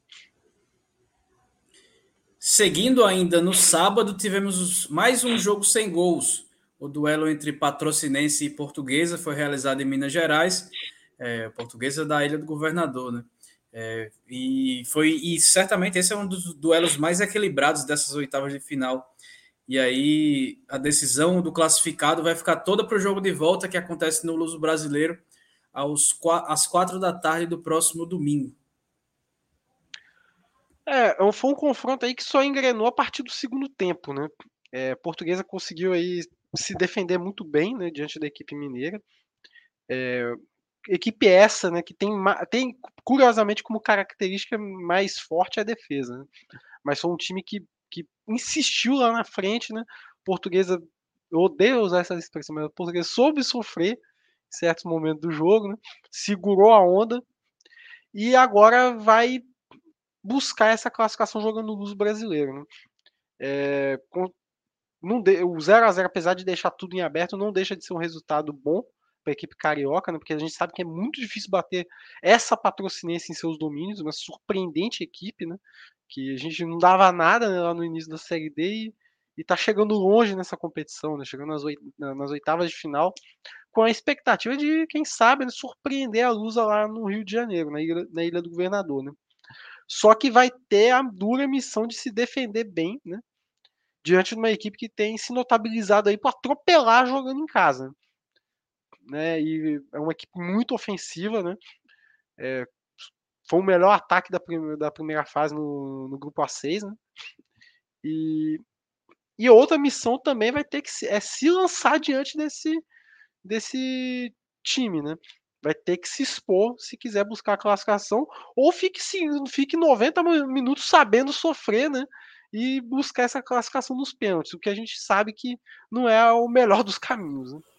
Seguindo ainda no sábado, tivemos mais um jogo sem gols. O duelo entre Patrocinense e Portuguesa foi realizado em Minas Gerais, é, Portuguesa da Ilha do Governador, né? É, e foi e certamente esse é um dos duelos mais equilibrados dessas oitavas de final. E aí a decisão do classificado vai ficar toda para o jogo de volta que acontece no Luso Brasileiro aos, às quatro da tarde do próximo domingo. É, foi um confronto aí que só engrenou a partir do segundo tempo, né? É, a Portuguesa conseguiu aí se defender muito bem, né, diante da equipe mineira. É, equipe essa, né, que tem, tem curiosamente como característica mais forte a defesa, né? Mas foi um time que, que insistiu lá na frente, né? Portuguesa, eu odeio usar essa expressão, mas a Portuguesa soube sofrer em certos momentos do jogo, né? Segurou a onda e agora vai buscar essa classificação jogando no Luso Brasileiro, né? É, com, não de, o zero a zero, apesar de deixar tudo em aberto, não deixa de ser um resultado bom para a equipe carioca, né? Porque a gente sabe que é muito difícil bater essa Patrocinense em seus domínios, uma surpreendente equipe, né? Que a gente não dava nada, né, lá no início da Série D e, e tá chegando longe nessa competição, né, chegando nas, oit nas oitavas de final, com a expectativa de, quem sabe, né, surpreender a Lusa lá no Rio de Janeiro, na Ilha, na Ilha do Governador. Né. Só que vai ter a dura missão de se defender bem, né, diante de uma equipe que tem se notabilizado aí por atropelar jogando em casa. Né, e é uma equipe muito ofensiva, né, é, foi o melhor ataque da, prim da primeira fase no, no grupo A seis, né? E, e outra missão também vai ter que se, é se lançar diante desse, desse time, né? Vai ter que se expor se quiser buscar a classificação, ou fique, fique noventa minutos sabendo sofrer, né? E buscar essa classificação nos pênaltis, o que a gente sabe que não é o melhor dos caminhos. Né?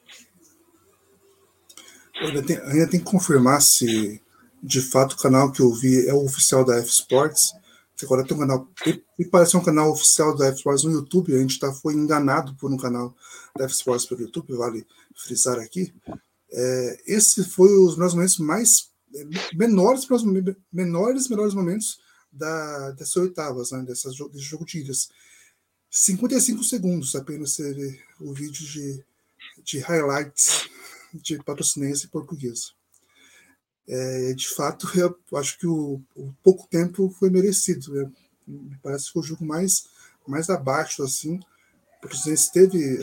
Ainda tem, ainda tem que confirmar se de fato o canal que eu vi é o oficial da F-Sports, que agora tem um canal, me parece um canal oficial da F-Sports no YouTube, a gente tá, foi enganado por um canal da F-Sports pelo YouTube, vale frisar aqui. É, esse foi os meus momentos mais menores, menores, menores momentos da, dessas oitavas, né, dessas, desse jogo de ilhas. cinquenta e cinco segundos apenas você vê o vídeo de, de highlights de Patrocinense e Portuguesa. é, de fato, eu acho que o, o pouco tempo foi merecido. Né? Me parece que foi o jogo mais, mais abaixo, assim. O Português teve,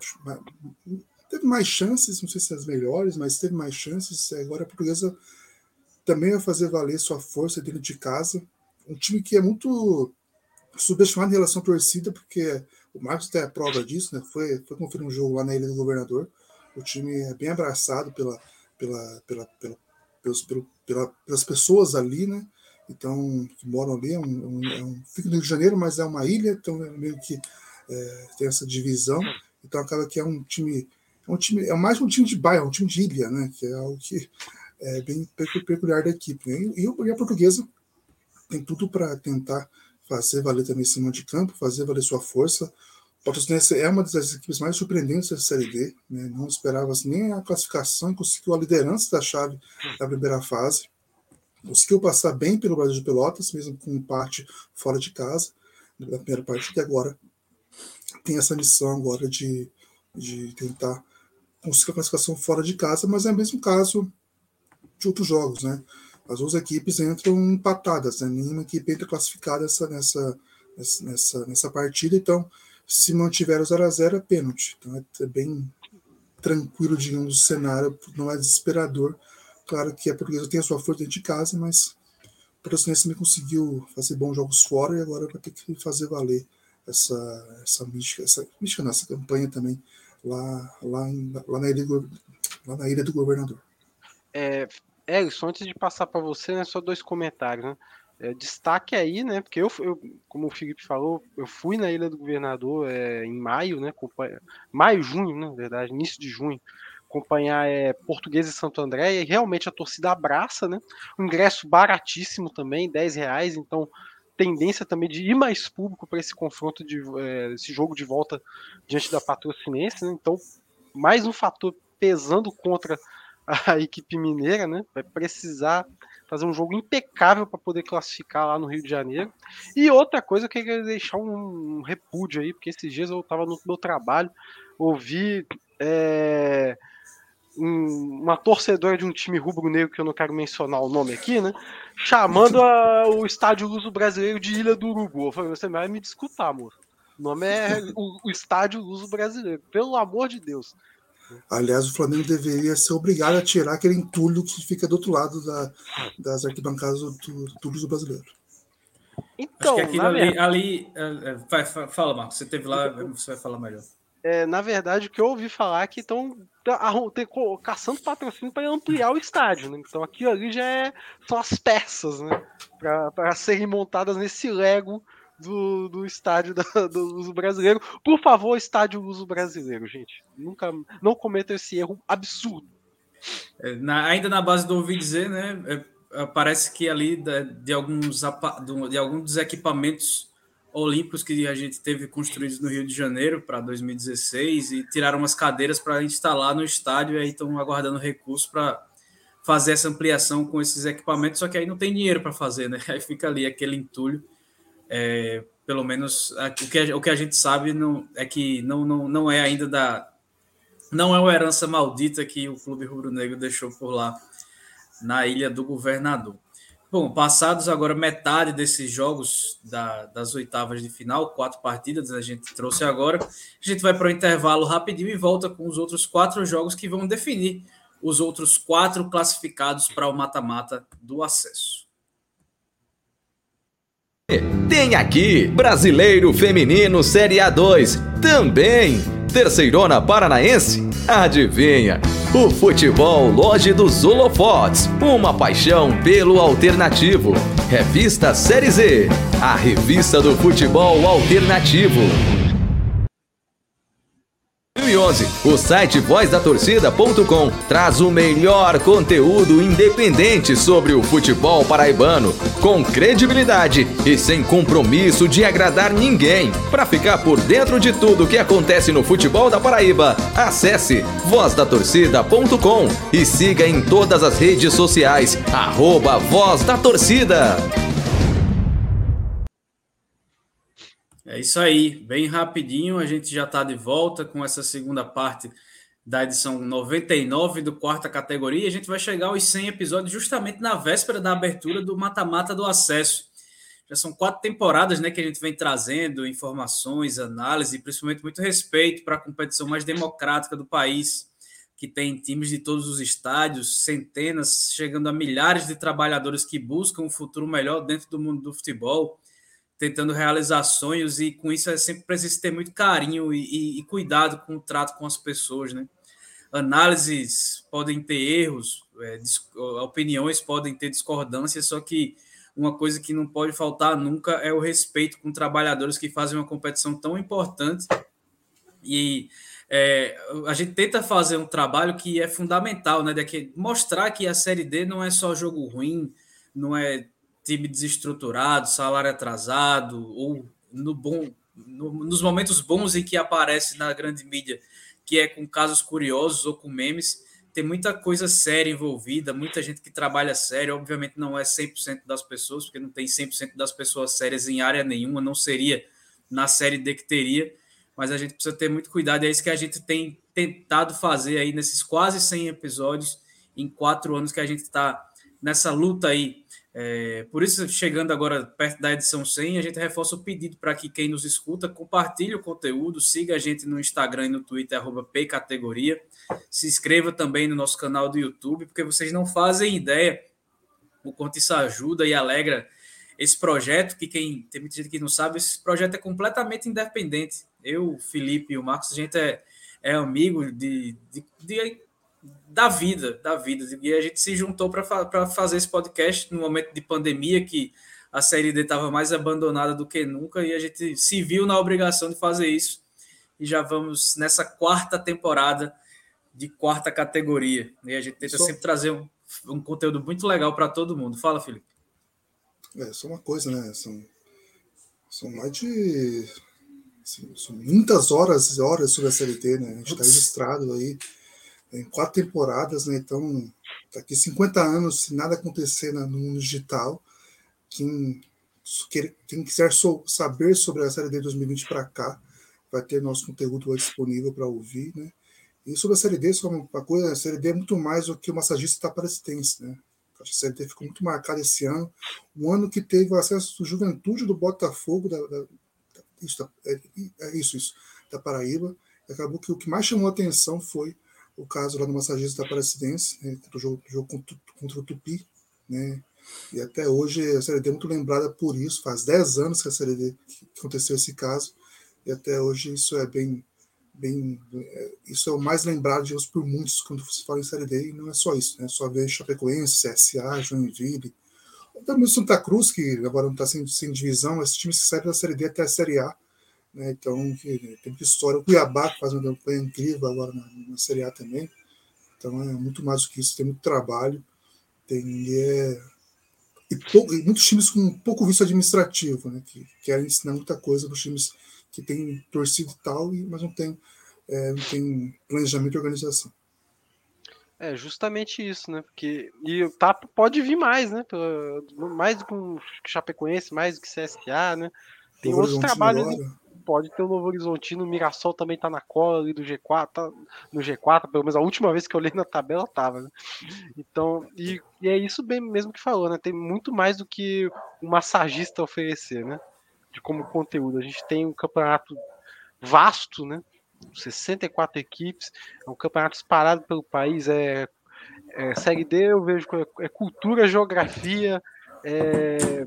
teve mais chances, não sei se as melhores, mas teve mais chances. Agora a Portuguesa também vai fazer valer sua força dentro de casa. Um time que é muito subestimado em relação à torcida, porque o Marcos tem a prova disso, né? Foi, foi conferir um jogo lá na Ilha do Governador. O time é bem abraçado pela, pela, pela, pela, pelos, pela, pela, pelas pessoas ali, né? Então, que moram ali. É um, um, é um, fica no Rio de Janeiro, mas é uma ilha, então é meio que é, tem essa divisão. Então acaba que é um time. É, um time, é mais um time de bairro, um time de ilha, né? Que é algo que é bem peculiar da equipe. Né? E, e a Portuguesa tem tudo para tentar fazer valer também em cima de campo, fazer valer sua força. O Patrocinense é uma das equipes mais surpreendentes da Série D, né? Não esperava assim, nem a classificação, e conseguiu a liderança da chave da primeira fase. Conseguiu passar bem pelo Brasil de Pelotas, mesmo com um empate fora de casa, na primeira partida, e agora tem essa missão agora de, de tentar conseguir a classificação fora de casa, mas é o mesmo caso de outros jogos, né? As duas equipes entram empatadas, né? Nenhuma equipe entra classificada nessa, nessa, nessa, nessa partida, então se mantiver o zero a zero é pênalti. Então é bem tranquilo, digamos, o cenário, não é desesperador. Claro que a Portuguesa tem a sua força dentro de casa, mas o Patrocinense também conseguiu fazer bons jogos fora e agora vai ter que fazer valer essa, essa mística, essa mística, essa campanha também lá, lá, em, lá, na, ilha do, lá na Ilha do Governador. É, Ellison, antes de passar para você, né, só dois comentários, né? É, destaque aí, né? Porque eu, eu, como o Felipe falou, eu fui na Ilha do Governador é, em maio, né? Maio, junho, né, na verdade, início de junho, acompanhar é, Portuguesa e Santo André, e realmente a torcida abraça, né? Um ingresso baratíssimo também, dez reais, então tendência também de ir mais público para esse confronto, de é, esse jogo de volta diante da Patrocinense, né? Então, mais um fator pesando contra a equipe mineira, né? Vai precisar fazer um jogo impecável para poder classificar lá no Rio de Janeiro. E outra coisa, eu queria deixar um, um repúdio aí, porque esses dias eu estava no meu trabalho, ouvi é, um, uma torcedora de um time rubro-negro, que eu não quero mencionar o nome aqui, né? Chamando a, o Estádio Luso Brasileiro de Ilha do Urubu. Eu falei, você vai me desculpar, amor. O nome é o, o Estádio Luso Brasileiro, pelo amor de Deus. Aliás, o Flamengo deveria ser obrigado a tirar aquele entulho que fica do outro lado da, das arquibancadas do, do, do Luso Brasileiro. Então, acho que aquilo ali, verdade... ali é, vai, fala, Marcos, você teve lá, você vai falar melhor. É, na verdade, o que eu ouvi falar é que estão caçando patrocínio para ampliar o estádio, né? Então aquilo ali já é, são as peças, né? Para serem montadas nesse Lego do, do estádio da, do Luso Brasileiro. Por favor, estádio Luso Brasileiro, gente. Nunca, não cometa esse erro absurdo. É, na, ainda na base do ouvir dizer, né? É, parece que ali de, de, alguns, de alguns dos equipamentos olímpicos que a gente teve construídos no Rio de Janeiro para dois mil e dezesseis e tiraram umas cadeiras para instalar no estádio e aí estão aguardando recursos para fazer essa ampliação com esses equipamentos, só que aí não tem dinheiro para fazer, né? Aí fica ali aquele entulho. É, pelo menos o que, a, o que a gente sabe não, é que não, não, não é ainda da... não é uma herança maldita que o Clube Rubro-Negro deixou por lá na Ilha do Governador. Bom, passados agora metade desses jogos da, das oitavas de final, quatro partidas a gente trouxe agora, a gente vai para o intervalo rapidinho e volta com os outros quatro jogos que vão definir os outros quatro classificados para o mata-mata do acesso. Tem aqui Brasileiro Feminino Série A dois, também Terceirona Paranaense. Adivinha? O futebol longe dos holofotes, uma paixão pelo alternativo. Revista Série Z, a revista do futebol alternativo. dois mil e onze, o site voz da torcida ponto com traz o melhor conteúdo independente sobre o futebol paraibano, com credibilidade e sem compromisso de agradar ninguém. Para ficar por dentro de tudo que acontece no futebol da Paraíba, acesse voz da torcida ponto com e siga em todas as redes sociais, arroba Voz da Torcida. É isso aí, bem rapidinho, a gente já está de volta com essa segunda parte da edição noventa e nove do quarta categoria. A gente vai chegar aos cem episódios justamente na véspera da abertura do mata-mata do acesso. Já são quatro temporadas, né, que a gente vem trazendo informações, análise e principalmente muito respeito para a competição mais democrática do país, que tem times de todos os estádios, centenas, chegando a milhares de trabalhadores que buscam um futuro melhor dentro do mundo do futebol, tentando realizar sonhos, e com isso é sempre preciso ter muito carinho e, e, e cuidado com o trato com as pessoas, né? Análises podem ter erros, é, opiniões podem ter discordâncias, só que uma coisa que não pode faltar nunca é o respeito com trabalhadores que fazem uma competição tão importante. E é, a gente tenta fazer um trabalho que é fundamental, né? De mostrar que a Série D não é só jogo ruim, não é time desestruturado, salário atrasado, ou no bom, no, nos momentos bons em que aparece na grande mídia, que é com casos curiosos ou com memes. Tem muita coisa séria envolvida, muita gente que trabalha sério. Obviamente não é cem por cento das pessoas, porque não tem cem por cento das pessoas sérias em área nenhuma, não seria na Série D que teria, mas a gente precisa ter muito cuidado, e é isso que a gente tem tentado fazer aí nesses quase cem episódios, em quatro anos que a gente está nessa luta aí. É, por isso, chegando agora perto da edição cem, a gente reforça o pedido para que quem nos escuta compartilhe o conteúdo, siga a gente no Instagram e no Twitter, arroba pcategoria, se inscreva também no nosso canal do YouTube, porque vocês não fazem ideia o quanto isso ajuda e alegra esse projeto, que quem tem muita gente que não sabe, esse projeto é completamente independente. Eu, o Felipe e o Marcos, a gente é, é amigo de, de, de, da vida, da vida. E a gente se juntou para fa fazer esse podcast no momento de pandemia, que a Série D estava mais abandonada do que nunca, e a gente se viu na obrigação de fazer isso. E já vamos nessa quarta temporada de quarta categoria. E a gente tenta Só... sempre trazer um, um conteúdo muito legal para todo mundo. Fala, Felipe. É, só uma coisa, né? São, são mais de... Assim, são muitas horas e horas sobre a Série D, né? A gente está registrado aí em quatro temporadas, né? Então, daqui cinquenta anos, se nada acontecer no mundo digital, quem, quem quiser saber sobre a Série D dois mil e vinte para cá, vai ter nosso conteúdo disponível para ouvir, né? E sobre a Série D, só uma coisa, a Série D é muito mais do que o massagista taparecidense, né? A Série D ficou muito marcada esse ano, um ano que teve o acesso do Juventude do Botafogo, da, da, isso, é, é isso, isso, da Paraíba. Acabou que o que mais chamou a atenção foi o caso lá do massagista taparecidense, né, do jogo, jogo contra, contra o Tupi, né? E até hoje a Série D é muito lembrada por isso. Faz dez anos que a Série D que aconteceu esse caso, e até hoje isso é bem, bem é, isso é o mais lembrado de por muitos quando se fala em Série D, e não é só isso, né? Só ver Chapecoense, C S A, Joinville, até mesmo Santa Cruz, que agora não está sem, sem divisão, esses times que saem da Série D até a Série A, né? Então que, tem muita história. O Cuiabá, que faz uma campanha incrível agora na, na Série A também. Então é muito mais do que isso, tem muito trabalho, tem é, e, pouco, e muitos times com pouco vício administrativo, né? Que querem ensinar muita coisa para os times que têm torcida e tal, mas não tem, é, não tem planejamento e organização. É justamente isso, né? Porque e tá, pode vir mais, né? Mais do que o Chapecoense, mais do que C S A, né? Tem Novo outros trabalhos. Agora. Pode ter o Novo Horizontino, o Mirassol também tá na cola ali do G quatro, tá no G quatro, pelo menos a última vez que eu olhei na tabela tava, né? Então, e, e é isso bem mesmo que falou, né? Tem muito mais do que um massagista oferecer, né? De como conteúdo. A gente tem um campeonato vasto, né? sessenta e quatro equipes, é um campeonato disparado pelo país, é, é Série D, eu vejo é, é cultura, geografia, é,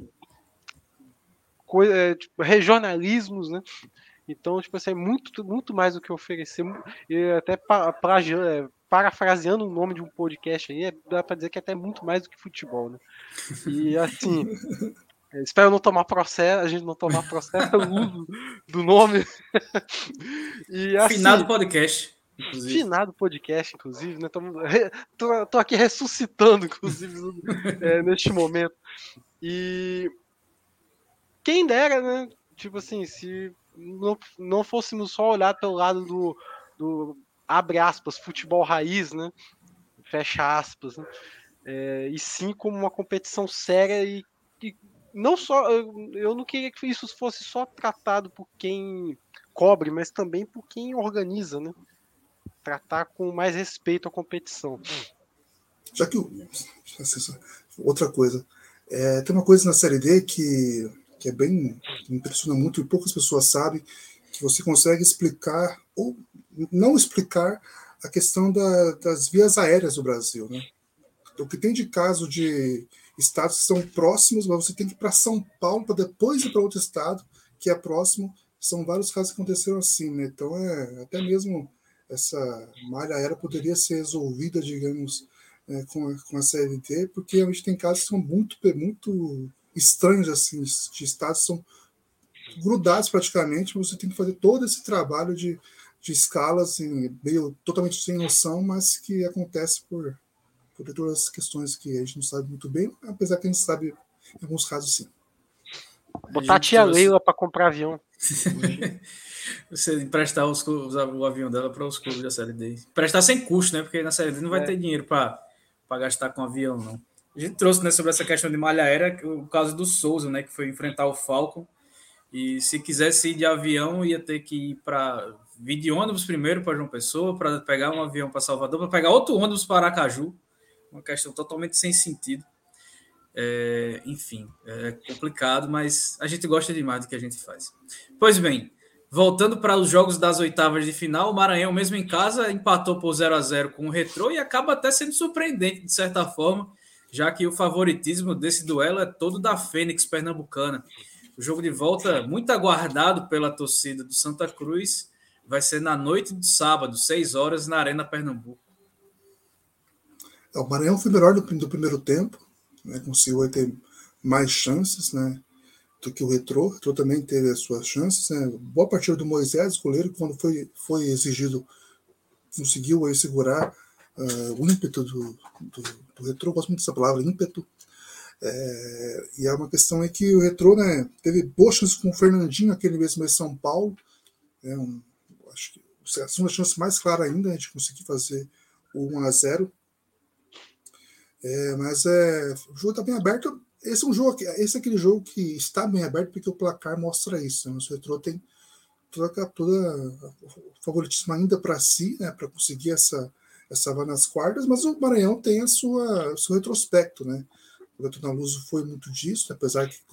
coisa, é, tipo, regionalismos, né? Então, tipo assim, é muito, muito mais do que oferecer, e até pra, pra, é, parafraseando o nome de um podcast aí, é, dá pra dizer que é até muito mais do que futebol, né? E assim, espero não tomar processo, a gente não tomar processo pelo uso do nome. E, assim, finado podcast. Inclusive. Finado podcast, inclusive, né? Tô, tô, tô aqui ressuscitando, inclusive, é, neste momento. E quem dera, né? Tipo assim, se não, não fôssemos só olhar pelo lado do, do abre aspas, futebol raiz, né? Fecha aspas, né? É, e sim como uma competição séria e, e não só, eu, eu não queria que isso fosse só tratado por quem cobre, mas também por quem organiza, né? tratar com mais respeito a competição. Já que outra coisa, é, tem uma coisa na Série D que, que é bem que me impressiona muito e poucas pessoas sabem, que você consegue explicar ou não explicar a questão da, das vias aéreas do Brasil, né? O que tem de caso de estados que são próximos, mas você tem que ir para São Paulo para depois ir para outro estado que é próximo. São vários casos que aconteceram assim, né? Então, é, até mesmo essa malha aérea poderia ser resolvida, digamos, é, com, a, com a C L T, porque a gente tem casos que são muito, muito estranhos, assim, de estados que são grudados praticamente, mas você tem que fazer todo esse trabalho de, de escalas, assim, meio totalmente sem noção, mas que acontece por, por todas as questões que a gente não sabe muito bem, apesar que a gente sabe em alguns casos sim. Botar a tia Leila para comprar avião. Você emprestar os, os, o avião dela para os clubes da Série D. Emprestar sem custo, né? Porque na Série D não vai é. ter dinheiro para gastar com avião, não. A gente trouxe, né, sobre essa questão de malha aérea o caso do Souza, né? Que foi enfrentar o Falcon. E se quisesse ir de avião, ia ter que ir para vir de ônibus primeiro para João Pessoa, para pegar um avião para Salvador, para pegar outro ônibus para Aracaju. Uma questão totalmente sem sentido. É, enfim, é complicado, mas a gente gosta demais do que a gente faz. Pois bem, voltando para os jogos das oitavas de final, o Maranhão, mesmo em casa, empatou por zero a zero com o Retrô e acaba até sendo surpreendente, de certa forma, já que o favoritismo desse duelo é todo da Fênix Pernambucana. O jogo de volta, muito aguardado pela torcida do Santa Cruz, vai ser na noite do sábado, seis horas, na Arena Pernambuco. O Maranhão foi melhor do, do primeiro tempo, né, conseguiu ter mais chances, né, do que o Retrô. O Retrô também teve as suas chances. Né. Boa partida do Moisés, goleiro, que quando foi, foi exigido, conseguiu aí segurar uh, o ímpeto do, do, do Retrô. Gosto muito dessa palavra, ímpeto. É, e é uma questão é que o Retrô, né, teve boas chances com o Fernandinho, aquele mesmo em São Paulo. É um, acho que a segunda chance mais clara ainda, né, de conseguir fazer o um a zero. É, mas é, o jogo está bem aberto. Esse é um jogo, esse é aquele jogo que está bem aberto porque o placar mostra isso. Né? O Retrô tem toda, toda o favoritismo ainda para si, né, para conseguir essa essa vaga nas quartas, mas o Maranhão tem a sua o seu retrospecto, né? O Retrô na Luso foi muito disso, né? Apesar que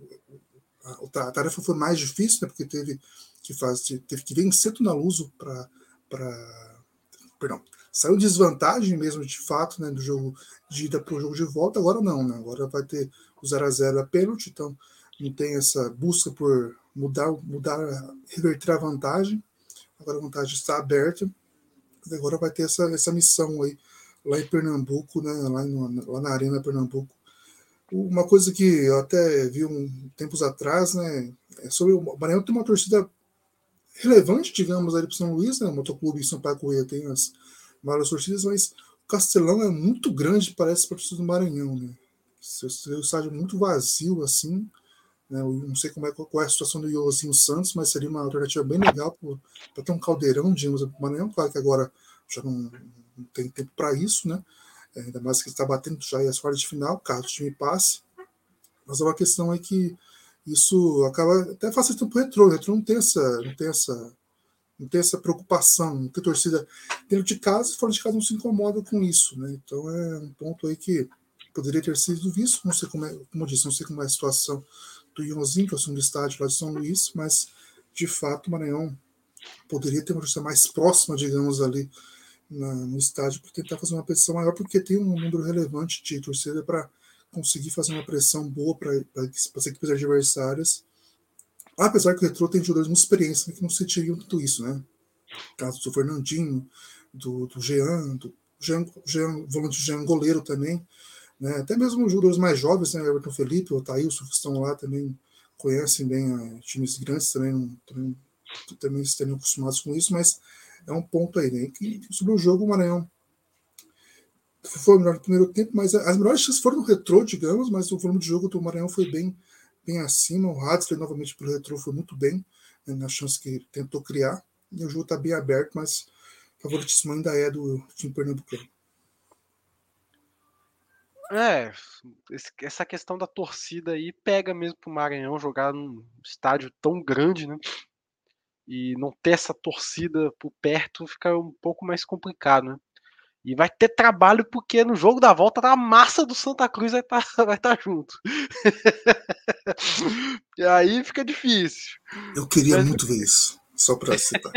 a, a tarefa foi mais difícil, né? Porque teve que fazer, teve que vencer na Luso para para perdão. Saiu desvantagem mesmo, de fato, né, do jogo de ida para o jogo de volta. Agora não, né? Agora vai ter o zero a zero a pênalti, então não tem essa busca por mudar, mudar, reverter a vantagem. Agora a vantagem está aberta. Agora vai ter essa, essa missão aí lá em Pernambuco, né, lá, no, lá na Arena Pernambuco. Uma coisa que eu até vi um tempos atrás, né, é sobre o Maranhão tem uma torcida relevante, digamos, ali para São Luís, né, o Motoclube Sampaio Corrêa tem as maiores torcidas, mas o Castelão é muito grande, parece, para a torcida do Maranhão, né? Você vê o estádio muito vazio, assim, né? Eu não sei como é, qual é a situação do Iozinho Santos, mas seria uma alternativa bem legal para ter um caldeirão, digamos, para o Maranhão. Claro que agora já não, não tem tempo para isso, né? É, ainda mais que está batendo já aí as quartas de final, caso o time passe. Mas é uma questão aí que isso acaba até facilitando para o Retrô. O Retrô não tem essa... Não tem essa não tem essa preocupação, não tem torcida dentro de casa, fora de casa não se incomoda com isso, né? Então é um ponto aí que poderia ter sido visto, não sei como é, como eu disse, não sei como é a situação do Ionzinho, que é o segundo estádio lá de São Luís, mas de fato o Maranhão poderia ter uma torcida mais próxima, digamos, ali na, no estádio, para tentar fazer uma pressão maior, porque tem um número relevante de torcida para conseguir fazer uma pressão boa para as equipes adversárias. Apesar que o Retrô tem jogadores de experiência, né, que não sentiriam tudo isso, né? O caso do Fernandinho, do, do Jean, do Jean, Jean, volante Jean goleiro também, né? Até mesmo os jogadores mais jovens, né? O Everton Felipe, o Thailson, que estão lá também conhecem bem uh, times grandes, também, também, também estariam acostumados com isso, mas é um ponto aí, né? Que sobre o jogo, o Maranhão foi melhor no primeiro tempo, mas as melhores chances foram no Retrô, digamos, mas o volume de jogo do Maranhão foi bem bem acima. O Hadley novamente pelo Retrô foi muito bem, né, na chance que tentou criar, e o jogo está bem aberto, mas o favoritismo ainda é do time pernambucano. É, essa questão da torcida aí pega mesmo pro Maranhão jogar num estádio tão grande, né? E não ter essa torcida por perto fica um pouco mais complicado, né? E vai ter trabalho porque no jogo da volta a massa do Santa Cruz vai estar tá, vai tá junto. E aí fica difícil. Eu queria Mas... muito ver isso, só para citar.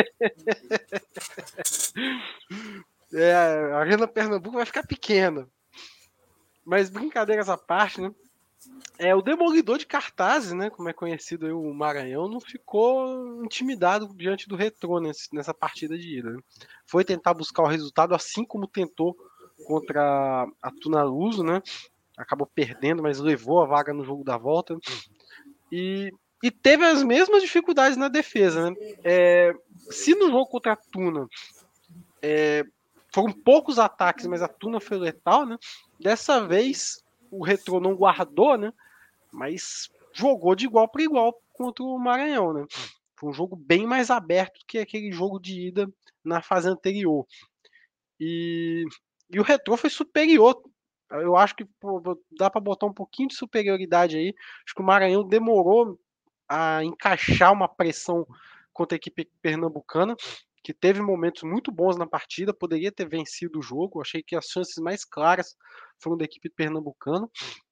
É, a Arena Pernambuco vai ficar pequena. Mas brincadeiras à parte, né? É, o demolidor de cartazes, né, como é conhecido aí, o Maranhão, não ficou intimidado diante do Retrô nesse, nessa partida de ida. Né? Foi tentar buscar o resultado, assim como tentou contra a Tunaluso, né? Acabou perdendo, mas levou a vaga no jogo da volta. E, e teve as mesmas dificuldades na defesa. Né? É, se no jogo contra a Tuna é, foram poucos ataques, mas a Tuna foi letal, né? Dessa vez o Retrô não guardou, né? Mas jogou de igual para igual contra o Maranhão, né? Foi um jogo bem mais aberto que aquele jogo de ida na fase anterior. E, e o Retrô foi superior. Eu acho que pô, dá para botar um pouquinho de superioridade aí. Acho que o Maranhão demorou a encaixar uma pressão contra a equipe pernambucana, que teve momentos muito bons na partida, poderia ter vencido o jogo. Achei que as chances mais claras foram da equipe pernambucana.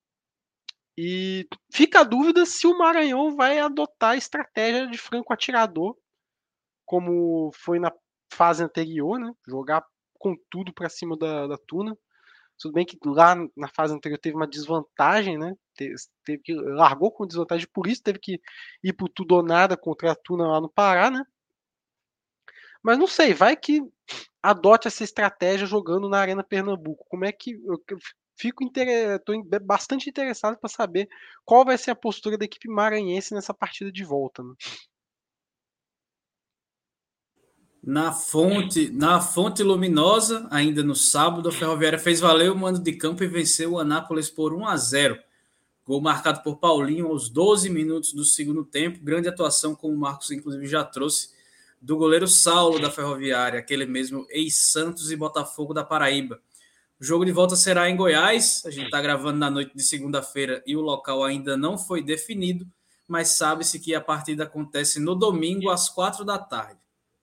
E fica a dúvida se o Maranhão vai adotar a estratégia de franco atirador, como foi na fase anterior, né? Jogar com tudo para cima da, da Tuna. Tudo bem que lá na fase anterior teve uma desvantagem, né? Teve, teve que, largou com desvantagem, por isso teve que ir pro tudo ou nada contra a Tuna lá no Pará, né? Mas não sei, vai que adote essa estratégia jogando na Arena Pernambuco. Como é que eu fico inter... tô bastante interessado para saber qual vai ser a postura da equipe maranhense nessa partida de volta. Né? Na fonte, na fonte luminosa, ainda no sábado, a Ferroviária fez valer o mando de campo e venceu o Anápolis por um a zero. Gol marcado por Paulinho aos doze minutos do segundo tempo. Grande atuação, como o Marcos inclusive já trouxe, do goleiro Saulo da Ferroviária, aquele mesmo ex-Santos e Botafogo da Paraíba. O jogo de volta será em Goiás. A gente está gravando na noite de segunda-feira e o local ainda não foi definido, mas sabe-se que a partida acontece no domingo às quatro da tarde.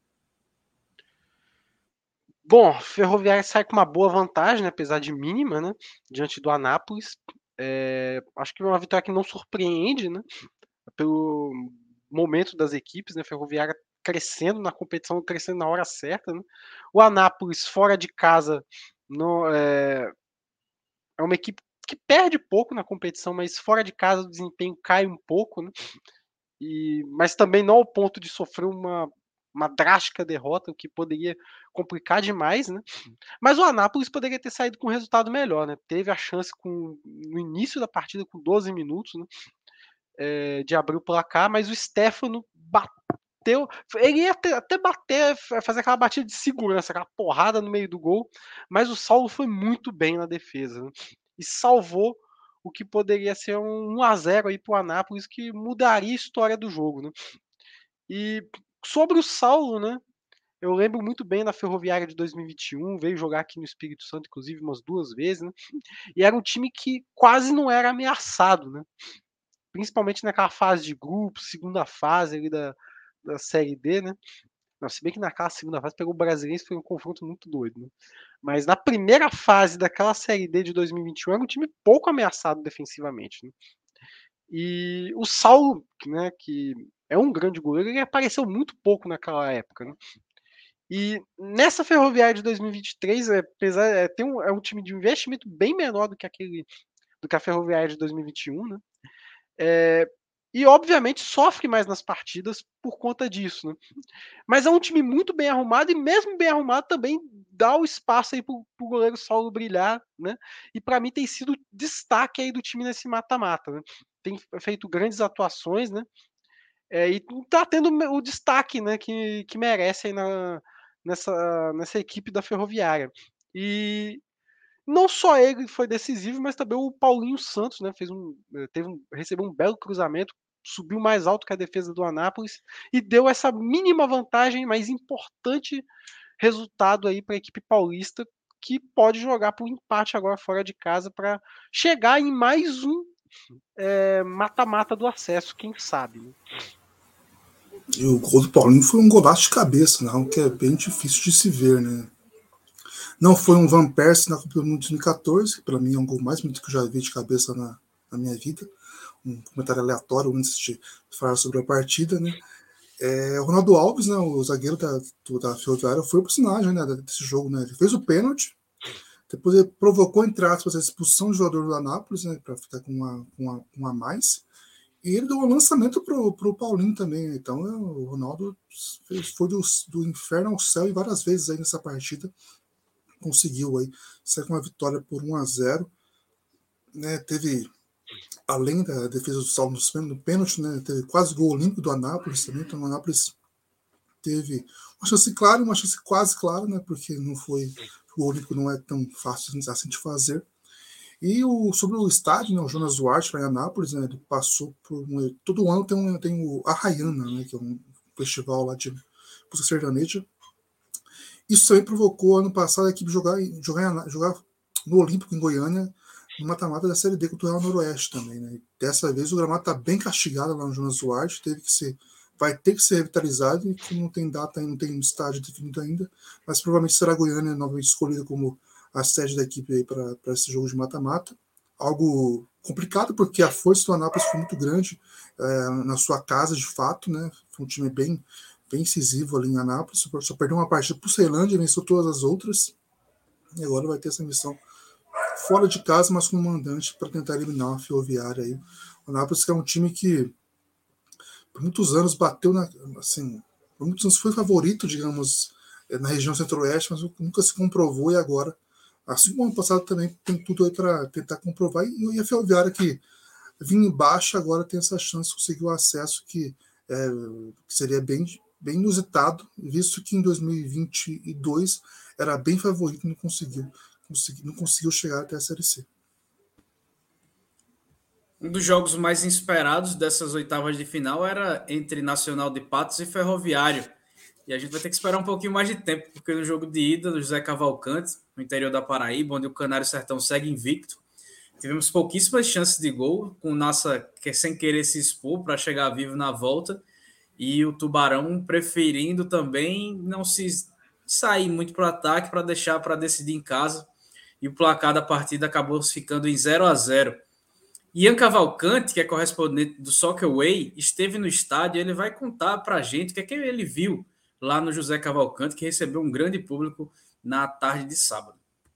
Bom, Ferroviária sai com uma boa vantagem, né, apesar de mínima, né, diante do Anápolis. É, acho que é uma vitória que não surpreende, né, pelo momento das equipes, né, Ferroviária crescendo na competição, crescendo na hora certa. Né. O Anápolis fora de casa no, é, é uma equipe que perde pouco na competição, mas fora de casa o desempenho cai um pouco, né, e, mas também não ao ponto de sofrer uma uma drástica derrota, o que poderia complicar demais, né? Mas o Anápolis poderia ter saído com um resultado melhor, né? Teve a chance com, no início da partida, com doze minutos, né? É, de abrir o placar, mas o Stefano bateu, ele ia até, até bater, fazer aquela batida de segurança, aquela porrada no meio do gol, mas o Saulo foi muito bem na defesa, né? E salvou o que poderia ser um um a zero aí pro Anápolis, que mudaria a história do jogo, né? E sobre o Saulo, né? Eu lembro muito bem da Ferroviária de dois mil e vinte e um, veio jogar aqui no Espírito Santo, inclusive, umas duas vezes, né? E era um time que quase não era ameaçado, né? Principalmente naquela fase de grupo, segunda fase ali da, da Série D, né? Não, se bem que naquela segunda fase pegou o Brasiliense, foi um confronto muito doido, né? Mas na primeira fase daquela Série D de dois mil e vinte e um era um time pouco ameaçado defensivamente, né? E o Saulo, né, que é um grande goleiro, ele apareceu muito pouco naquela época, né? E nessa Ferroviária de dois mil e vinte e três, apesar é, tem um, é um time de investimento bem menor do que aquele do que a Ferroviária de dois mil e vinte e um, né? É, e obviamente sofre mais nas partidas por conta disso, né? Mas é um time muito bem arrumado e mesmo bem arrumado também dá o espaço aí pro, pro goleiro Saulo brilhar, né? E para mim tem sido destaque aí do time nesse mata-mata, né? Tem feito grandes atuações, né? É, e tá tendo o destaque, né, que, que merece aí na, nessa, nessa equipe da Ferroviária. E não só ele foi decisivo, mas também o Paulinho Santos, né, fez um, teve um, recebeu um belo cruzamento, subiu mais alto que a defesa do Anápolis e deu essa mínima vantagem, mas importante resultado aí para a equipe paulista, que pode jogar por empate agora fora de casa para chegar em mais um mata-mata é, do acesso, quem sabe. Né? E o gol do Paulinho foi um golaço de cabeça, não, que é bem difícil de se ver, né? Não foi um Van Persie na Copa do Mundo de dois mil e quatorze, que para mim é um gol mais bonito que eu já vi de cabeça na, na minha vida. Um comentário aleatório antes de falar sobre a partida, né? É, o Ronaldo Alves, né, o zagueiro da, do, da Ferroviária, foi o personagem, né, desse jogo, né? Ele fez o pênalti, depois ele provocou, entre aspas, a expulsão do jogador do Anápolis, né, para ficar com uma, uma, uma a mais. E ele deu um lançamento pro, pro Paulinho também. Então o Ronaldo foi do, do inferno ao céu e várias vezes aí nessa partida conseguiu aí sair com uma vitória por um a zero. Né, teve, além da defesa do saldo no pênalti, né, teve quase gol olímpico do Anápolis também. Então o Anápolis teve uma chance clara e uma chance quase clara, né, porque não foi, o olímpico não é tão fácil assim de fazer. E o, sobre o estádio, né, o Jonas Duarte, lá em Anápolis, né, ele passou por um, todo ano tem, um, tem o Arraiana, né, que é um festival lá de música sertaneja. Isso também provocou, ano passado, a equipe jogar, jogar, jogar no Olímpico, em Goiânia, no mata-mata da Série D contra o Real Noroeste também. Né. E dessa vez o gramado está bem castigado lá no Jonas Duarte, teve que ser, vai ter que ser revitalizado, e como não tem data, não tem um estádio definido ainda, mas provavelmente será Goiânia novamente escolhida como a sede da equipe para esse jogo de mata-mata. Algo complicado, porque a força do Anápolis foi muito grande é, na sua casa, de fato, né? Foi um time bem, bem incisivo ali em Anápolis, só perdeu uma partida para o Ceilândia, venceu todas as outras, e agora vai ter essa missão fora de casa, mas como mandante para tentar eliminar a Ferroviária. Aí. O Anápolis que é um time que por muitos anos bateu, na, assim, por muitos anos foi favorito, digamos, na região centro-oeste, mas nunca se comprovou, e agora, assim como ano passado, também tem tudo aí para tentar comprovar. E a Ferroviária, que vinha embaixo, agora tem essa chance de conseguir o acesso que, é, que seria bem, bem inusitado, visto que em dois mil e vinte e dois era bem favorito e não conseguiu, conseguiu, não conseguiu chegar até a Série C. Um dos jogos mais esperados dessas oitavas de final era entre Nacional de Patos e Ferroviário. E a gente vai ter que esperar um pouquinho mais de tempo, porque no jogo de ida do José Cavalcante, no interior da Paraíba, onde o Canário Sertão segue invicto, tivemos pouquíssimas chances de gol, com o Nassa que sem querer se expor para chegar vivo na volta, e o Tubarão preferindo também não se sair muito para o ataque para deixar para decidir em casa, e o placar da partida acabou ficando em zero a zero. Ian Cavalcante, que é correspondente do Soccer Way, esteve no estádio e ele vai contar para a gente o que é que ele viu lá no José Cavalcante, que recebeu um grande público na tarde de sábado.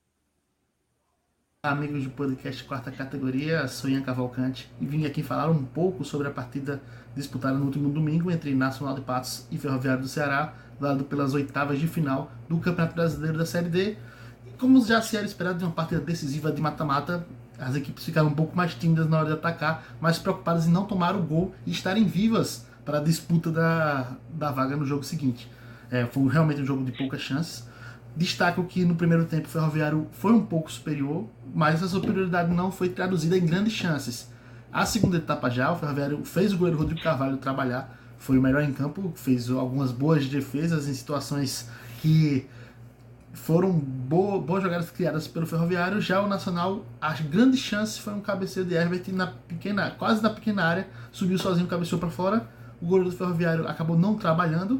Amigos do podcast Quarta Categoria, sou Ian Cavalcante e vim aqui falar um pouco sobre a partida disputada no último domingo entre Nacional de Patos e Ferroviário do Ceará, dado pelas oitavas de final do Campeonato Brasileiro da Série D. E como já se era esperado de uma partida decisiva de mata-mata, as equipes ficaram um pouco mais tímidas na hora de atacar, mais preocupadas em não tomar o gol e estarem vivas para a disputa da, da vaga no jogo seguinte. É, foi realmente um jogo de poucas chances. Destaco que no primeiro tempo o Ferroviário foi um pouco superior, mas a superioridade não foi traduzida em grandes chances. A segunda etapa já, o Ferroviário fez o goleiro Rodrigo Carvalho trabalhar, foi o melhor em campo, fez algumas boas defesas em situações que foram boas, boas jogadas criadas pelo Ferroviário. Já o Nacional, as grandes chances foi um cabeceio de Herbert na pequena, quase na pequena área, subiu sozinho, cabeceou para fora. O goleiro do Ferroviário acabou não trabalhando.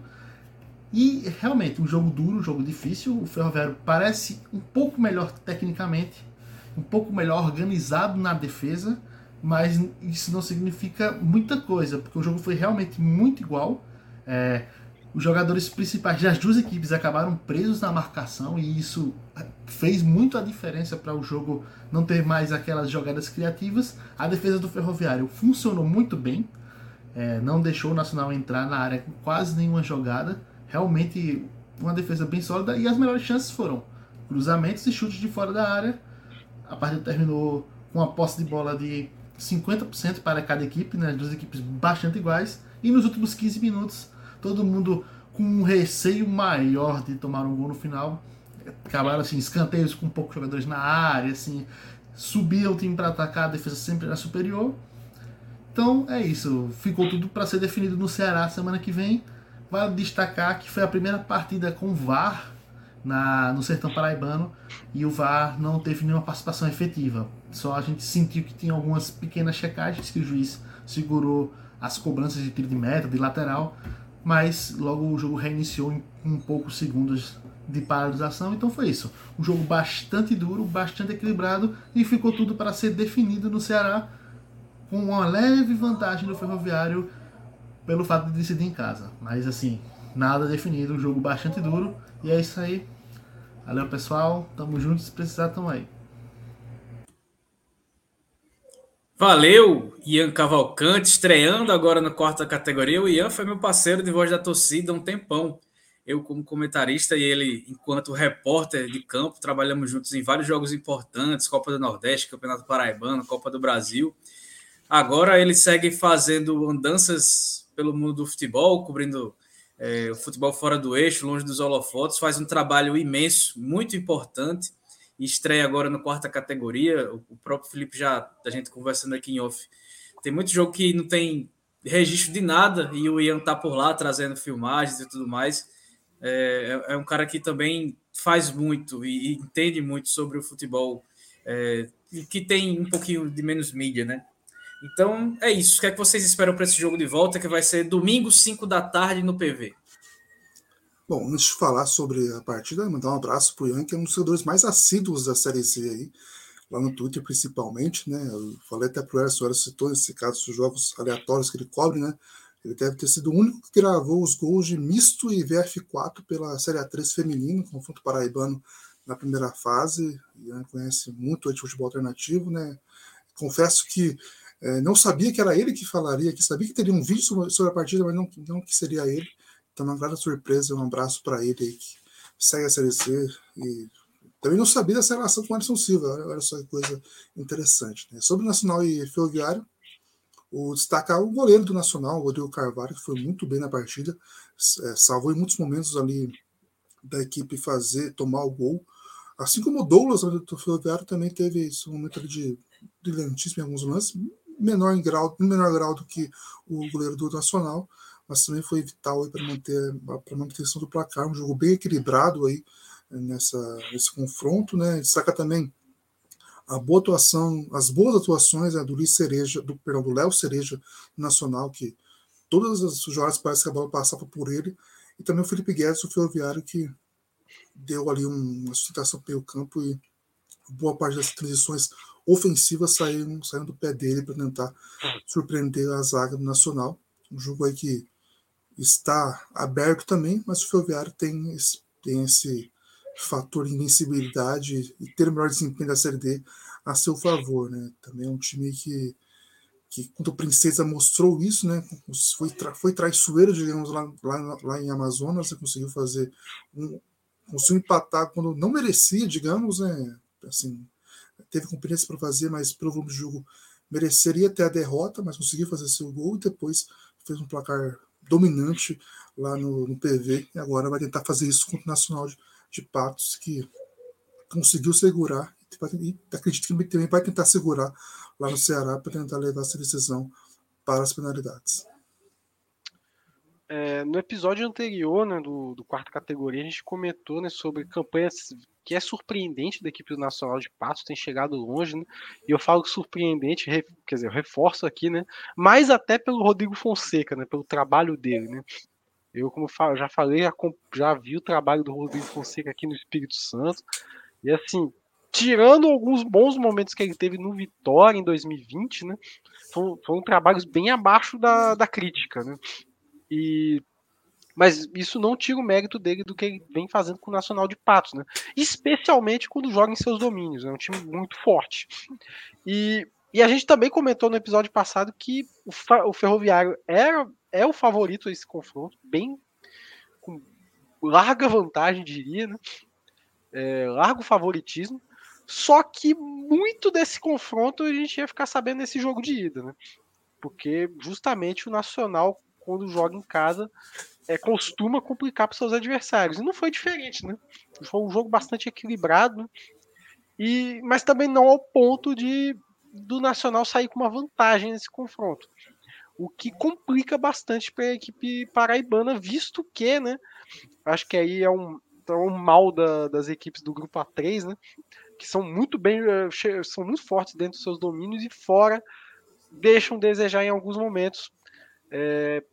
E realmente, um jogo duro, um jogo difícil. O Ferroviário parece um pouco melhor tecnicamente, um pouco melhor organizado na defesa, mas isso não significa muita coisa, porque o jogo foi realmente muito igual. É, os jogadores principais das duas equipes acabaram presos na marcação, e isso fez muito a diferença para o jogo não ter mais aquelas jogadas criativas. A defesa do Ferroviário funcionou muito bem, é, não deixou o Nacional entrar na área com quase nenhuma jogada. Realmente uma defesa bem sólida, e as melhores chances foram cruzamentos e chutes de fora da área. A partida terminou com uma posse de bola de cinquenta por cento para cada equipe, né? As duas equipes bastante iguais, e nos últimos quinze minutos todo mundo com um receio maior de tomar um gol no final. Acabaram assim, escanteios com poucos jogadores na área, assim, subia o time para atacar, a defesa sempre era superior. Então é isso, ficou tudo para ser definido no Ceará semana que vem. Vale destacar que foi a primeira partida com V A R na, no Sertão Paraibano, e o V A R não teve nenhuma participação efetiva. Só a gente sentiu que tinha algumas pequenas checagens que o juiz segurou as cobranças de tiro de meta, de lateral. mas logo o jogo reiniciou em, em poucos segundos de paralisação, então foi isso. Um jogo bastante duro, bastante equilibrado, e ficou tudo para ser definido no Ceará, com uma leve vantagem do Ferroviário pelo fato de decidir em casa. Mas assim, nada definido, um jogo bastante duro, e é isso aí. Valeu, pessoal, tamo juntos, se precisar, tamo aí. Valeu, Ian Cavalcante, estreando agora na quarta categoria. O Ian foi meu parceiro de voz da torcida há um tempão. Eu como comentarista e ele enquanto repórter de campo, trabalhamos juntos em vários jogos importantes, Copa do Nordeste, Campeonato Paraibano, Copa do Brasil. Agora ele segue fazendo andanças pelo mundo do futebol, cobrindo é, o futebol fora do eixo, longe dos holofotes, faz um trabalho imenso, muito importante, e estreia agora na quarta categoria. O próprio Felipe já, a gente conversando aqui em off, tem muito jogo que não tem registro de nada, e o Ian tá por lá, trazendo filmagens e tudo mais. É, é um cara que também faz muito e, e entende muito sobre o futebol, é, e que tem um pouquinho de menos mídia, né? Então, é isso. O que é que vocês esperam para esse jogo de volta, que vai ser domingo, cinco da tarde, no P V? Bom, antes de falar sobre a partida, mandar um abraço pro Ian, que é um dos jogadores mais assíduos da Série Z aí, lá no Twitter principalmente, né? Eu falei até pro Erson, o Erson citou nesse caso os jogos aleatórios que ele cobre, né? Ele deve ter sido o único que gravou os gols de misto e V F quatro pela Série A três feminino, confronto paraibano na primeira fase. Ian conhece muito o futebol alternativo, né? Confesso que é, não sabia que era ele que falaria, que sabia que teria um vídeo sobre, sobre a partida, mas não, não que seria ele. Então, uma grande surpresa, um abraço para ele aí, que segue a Série C. E também não sabia dessa relação com o Alisson Silva, olha só que coisa interessante, né? Sobre o Nacional e Ferroviário, o destacar o goleiro do Nacional, o Rodrigo Carvalho, que foi muito bem na partida, é, salvou em muitos momentos ali da equipe fazer, tomar o gol. Assim como o Douglas do Ferroviário também teve esse momento ali de brilhantismo em alguns lances, menor, em grau, em menor grau do que o goleiro do Nacional, mas também foi vital para manter para manutenção do placar, um jogo bem equilibrado aí nessa, nesse confronto, né? Destaca também a boa atuação, as boas atuações, né, do Luiz Cereja, do perdão, do Léo Cereja Nacional, que todas as jogadas parece que a bola passava por ele, e também o Felipe Guedes, o Ferroviário, que deu ali um, uma sustentação para o meio campo, e boa parte das transições ofensivas saíram, saíram do pé dele para tentar surpreender a zaga do Nacional. Um jogo aí que está aberto também, mas o Ferroviário tem esse, tem esse fator de invencibilidade e ter o melhor desempenho da Série D a seu favor, né? Também é um time que, que quando o Princesa mostrou isso, né? Foi, tra foi traiçoeiro, digamos, lá, lá, lá em Amazonas, e conseguiu fazer um, conseguiu empatar quando não merecia, digamos, né? Assim, teve competência para fazer, mas pelo volume de jogo mereceria ter a derrota, mas conseguiu fazer seu gol e depois fez um placar dominante lá no, no P V, e agora vai tentar fazer isso contra o Nacional de, de Patos, que conseguiu segurar, e acredito que também vai tentar segurar lá no Ceará para tentar levar essa decisão para as penalidades. É, no episódio anterior, né, do, do quarta categoria, a gente comentou, né, sobre campanhas que é surpreendente da equipe do Nacional de Patos, tem chegado longe, né, e eu falo surpreendente, re, quer dizer, eu reforço aqui, né, mas até pelo Rodrigo Fonseca, né, pelo trabalho dele, né. Eu, como eu já falei, já, já vi o trabalho do Rodrigo Fonseca aqui no Espírito Santo, e assim, tirando alguns bons momentos que ele teve no Vitória em dois mil e vinte, né, foram, foram trabalhos bem abaixo da, da crítica, né. E, mas isso não tira o mérito dele do que ele vem fazendo com o Nacional de Patos, né? Especialmente quando joga em seus domínios, é um time muito forte. E, e a gente também comentou no episódio passado que o, o Ferroviário era, é o favorito a esse confronto, bem com larga vantagem, diria, né? É, largo favoritismo. Só que muito desse confronto a gente ia ficar sabendo nesse jogo de ida, né? Porque justamente o Nacional, quando joga em casa, é, costuma complicar para seus adversários. E não foi diferente, né? Foi um jogo bastante equilibrado, né? E, mas também não ao ponto de do Nacional sair com uma vantagem nesse confronto. O que complica bastante para a equipe paraibana, visto que, né? Acho que aí é um, é um mal da, das equipes do grupo A três, né? Que são muito bem, são muito fortes dentro dos seus domínios e fora deixam desejar em alguns momentos. É,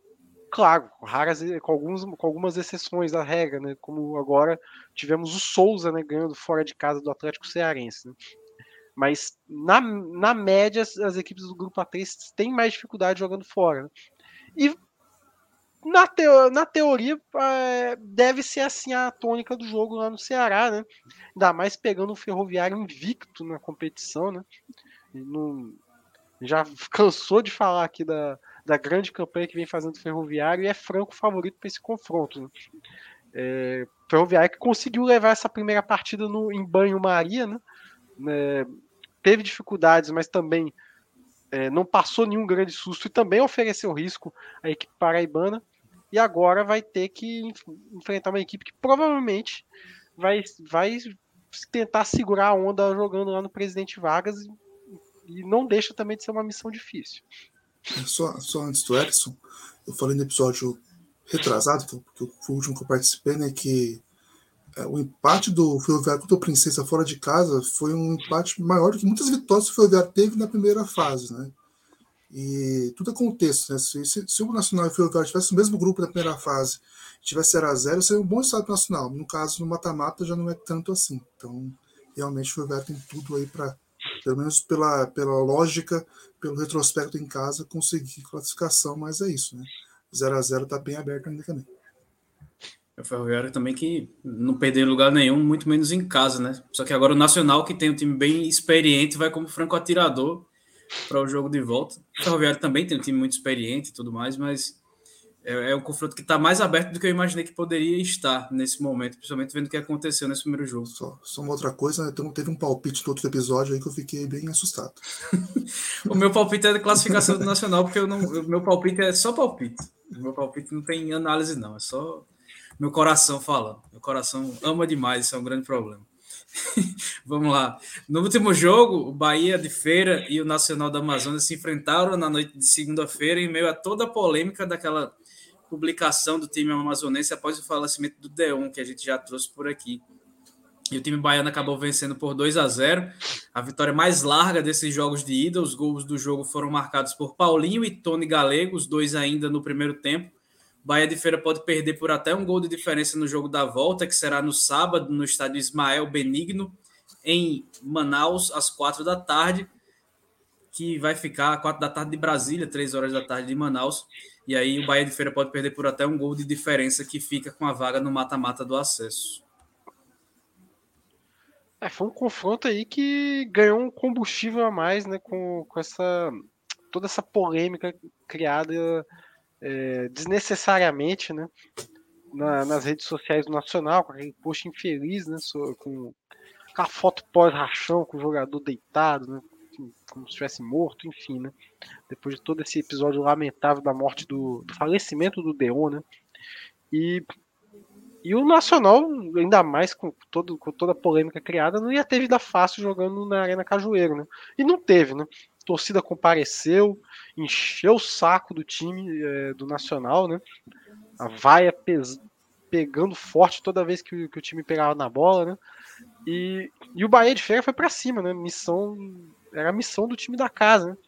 Claro, raras, com, alguns, com algumas exceções da regra, né? Como agora tivemos o Souza, né, ganhando fora de casa do Atlético Cearense. Né? Mas na, na média, as equipes do grupo A três têm mais dificuldade jogando fora. Né? E na, teo, na teoria é, deve ser assim a tônica do jogo lá no Ceará, né? Ainda mais pegando o Ferroviário invicto na competição, né? Não, já cansou de falar aqui da, da grande campanha que vem fazendo o Ferroviário e é franco favorito para esse confronto. Né? É, Ferroviário que conseguiu levar essa primeira partida no, em banho-maria, né? É, teve dificuldades, mas também é, não passou nenhum grande susto e também ofereceu risco à equipe paraibana. E agora vai ter que enfrentar uma equipe que provavelmente vai, vai tentar segurar a onda jogando lá no Presidente Vargas e, e não deixa também de ser uma missão difícil. Só, só antes do Edson, eu falei no episódio retrasado, que foi o último que eu participei, né, que é, o empate do Ferroviário contra o Princesa fora de casa foi um empate maior do que muitas vitórias que o Ferroviário teve na primeira fase, né? E tudo é contexto, né? Se, se, se o Nacional e o Ferroviário tivessem o mesmo grupo na primeira fase, tivesse zero a zero, seria um bom estado pro Nacional. No caso, no mata-mata já não é tanto assim. Então, realmente o Ferroviário tem tudo aí para, pelo menos pela, pela lógica, pelo retrospecto em casa, conseguir classificação, mas é isso, né? zero a zero tá bem aberto ainda também. O Ferroviário também que não perdeu lugar nenhum, muito menos em casa, né? Só que agora o Nacional, que tem um time bem experiente, vai como franco atirador para o jogo de volta. O Ferroviário também tem um time muito experiente e tudo mais, mas é, é um confronto que está mais aberto do que eu imaginei que poderia estar nesse momento, principalmente vendo o que aconteceu nesse primeiro jogo. Só, só uma outra coisa, né? Então, teve um palpite no outro episódio aí que eu fiquei bem assustado. O meu palpite é da classificação do Nacional, porque eu não, o meu palpite é só palpite. O meu palpite não tem análise, não. É só meu coração falando. Meu coração ama demais, isso é um grande problema. Vamos lá. No último jogo, o Bahia de Feira e o Nacional da Amazônia se enfrentaram na noite de segunda-feira em meio a toda a polêmica daquela publicação do time amazonense após o falecimento do Deon, que a gente já trouxe por aqui. E o time baiano acabou vencendo por dois a zero. A vitória mais larga desses jogos de ida. Os gols do jogo foram marcados por Paulinho e Tony Galego, os dois ainda no primeiro tempo. Bahia de Feira pode perder por até um gol de diferença no jogo da volta, que será no sábado, no estádio Ismael Benigno, em Manaus, às quatro da tarde, que vai ficar às quatro da tarde de Brasília, três horas da tarde de Manaus. E aí o Bahia de Feira pode perder por até um gol de diferença, que fica com a vaga no mata-mata do acesso. É, foi um confronto aí que ganhou um combustível a mais, né, com, com essa, toda essa polêmica criada é, desnecessariamente, né, na, nas redes sociais do Nacional, com aquele post infeliz, né, com aquela foto pós-rachão com o jogador deitado, né, como se estivesse morto, enfim, né, depois de todo esse episódio lamentável da morte do, do falecimento do Deon, né, e E o Nacional, ainda mais com, todo, com toda a polêmica criada, não ia ter vida fácil jogando na Arena Cajueiro, né? E não teve, né? A torcida compareceu, encheu o saco do time é, do Nacional, né? A vaia pes, pegando forte toda vez que, que o time pegava na bola, né? E, e o Bahia de Feira foi para cima, né? Missão, era a missão do time da casa, né?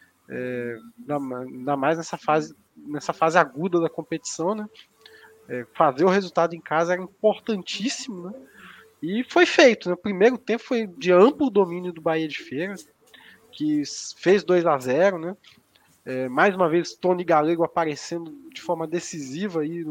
É, ainda mais nessa fase, nessa fase aguda da competição, né? É, fazer o resultado em casa era importantíssimo, né? E foi feito, né? O primeiro tempo foi de amplo domínio do Bahia de Feira, que fez dois a zero, né? É, mais uma vez Tony Galego aparecendo de forma decisiva aí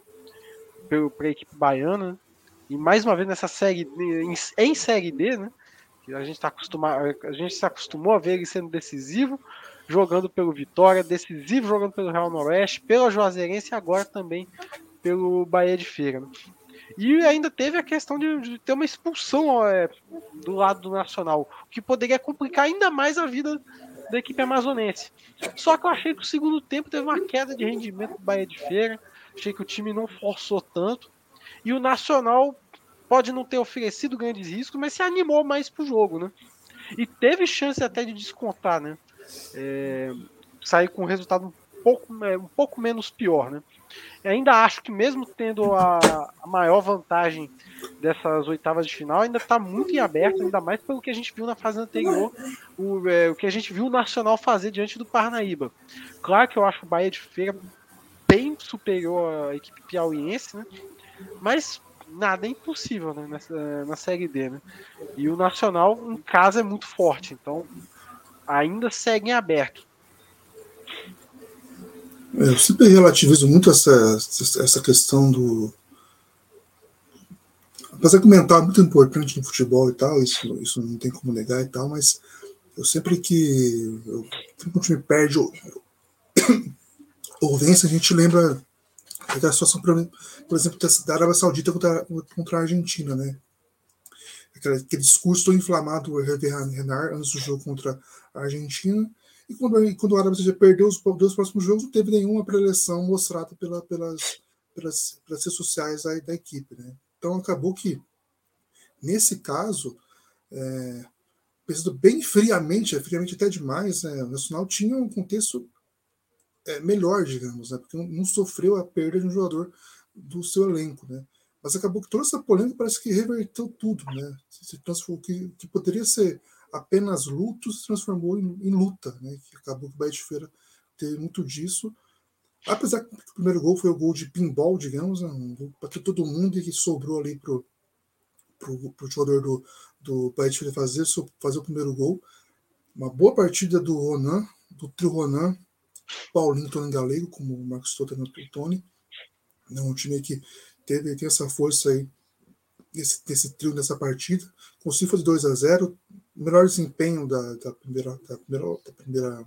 para a equipe baiana, né? E mais uma vez nessa série em, em série D, né? Que a gente tá acostumado, a gente se acostumou a ver ele sendo decisivo, jogando pelo Vitória, decisivo jogando pelo Real Noroeste, pela Juazeirense e agora também pelo Bahia de Feira. Né? E ainda teve a questão de, de ter uma expulsão é, do lado do Nacional, o que poderia complicar ainda mais a vida da equipe amazonense. Só que eu achei que o segundo tempo teve uma queda de rendimento do Bahia de Feira, achei que o time não forçou tanto, e o Nacional pode não ter oferecido grandes riscos, mas se animou mais pro jogo, né? E teve chance até de descontar, né? É, sair com um resultado um pouco, um pouco menos pior, né? Eu ainda acho que mesmo tendo a, a maior vantagem dessas oitavas de final, ainda está muito em aberto, ainda mais pelo que a gente viu na fase anterior, o, é, o que a gente viu o Nacional fazer diante do Parnaíba. Claro que eu acho o Bahia de Feira bem superior à equipe piauiense, né? Mas nada é impossível, né? Nessa, na Série D, né? E o Nacional, em casa, é muito forte, então ainda segue em aberto. Eu sempre relativizo muito essa, essa questão do... Apesar que o mental é muito importante no futebol e tal, isso, isso não tem como negar e tal, mas eu sempre que, eu, sempre que o time perde ou, ou vence, a gente lembra da situação, por exemplo, da Arábia Saudita contra, contra a Argentina, né? Aquele, aquele discurso tão inflamado do Hervé Renard antes do jogo contra a Argentina. E quando, quando o Arábia Saudita perdeu os dois próximos jogos, não teve nenhuma preleção mostrada pela, pelas, pelas, pelas redes sociais da, da equipe, né? Então acabou que, nesse caso, é, pensando bem friamente, friamente até demais, né, o Nacional tinha um contexto é, melhor, digamos, né, porque não sofreu a perda de um jogador do seu elenco, né? Mas acabou que toda essa polêmica parece que reverteu tudo, né? Se transformou, que, que poderia ser apenas luto, se transformou em, em luta, né? Que acabou que o Bahia de Feira teve muito disso. Apesar que o primeiro gol foi o gol de pinball, digamos, né? Um gol para todo mundo e que sobrou ali pro, pro, pro jogador do, do Bahia de Feira fazer, fazer o primeiro gol. Uma boa partida do Ronan, do trio Ronan, Paulinho, Tony Galego, como o Marcos Tota e o Tony. É um time que teve, tem essa força aí nesse, nesse trio, nessa partida. Conseguiu fazer dois a zero. Melhor desempenho da, da primeira da primeira, da primeira,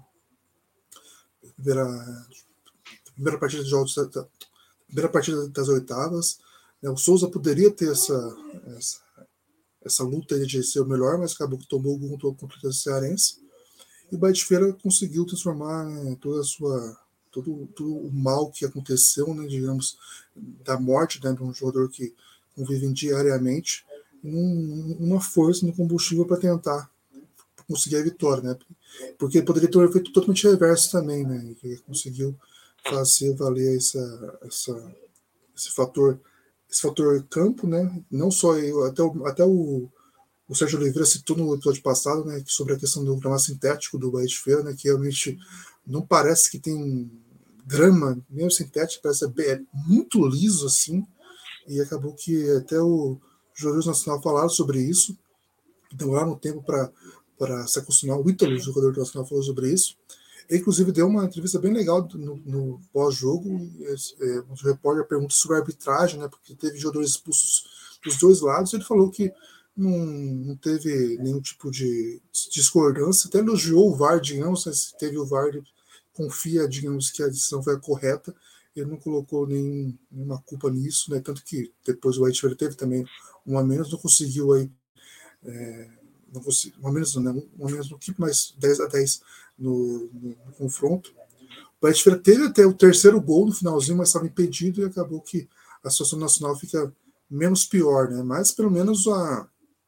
da primeira, da primeira partida de jogos da, da primeira partida das oitavas. O Souza poderia ter essa, essa, essa luta de ser o melhor, mas acabou que tomou o gol contra o Cearense. E o Bahia de Feira conseguiu transformar, né, toda a sua, todo, todo o mal que aconteceu, né, digamos, da morte, né, de um jogador que convive diariamente, em uma força no combustível para tentar conseguir a vitória, né? Porque poderia ter um efeito totalmente reverso também, né? Que conseguiu fazer valer essa, essa, esse fator, esse fator campo, né? Não só eu, até o, até o O Sérgio Oliveira citou no episódio passado, né, sobre a questão do gramado sintético do Bahia de Feira, né, que realmente não parece que tem grama, mesmo sintético, parece é muito liso assim, e acabou que até o Jogadores Nacional falaram sobre isso, demoraram um tempo para se acostumar. O Ítalo, o jogador do Nacional, falou sobre isso. Ele, inclusive, deu uma entrevista bem legal no, no pós-jogo. É, o repórter pergunta sobre a arbitragem, né, porque teve jogadores expulsos dos dois lados. Ele falou que Não, não teve nenhum tipo de discordância, até elogiou o V A R, digamos, se teve o V A R, ele confia, digamos, que a decisão foi a correta, ele não colocou nenhum, nenhuma culpa nisso, né? Tanto que depois o White teve também um a menos, não conseguiu aí, é, não conseguiu, um a menos não, né? um a menos no equipe, mas dez a dez no, no, no confronto. O White teve até o terceiro gol no finalzinho, mas estava impedido e acabou que a situação nacional fica menos pior, né? Mas pelo menos a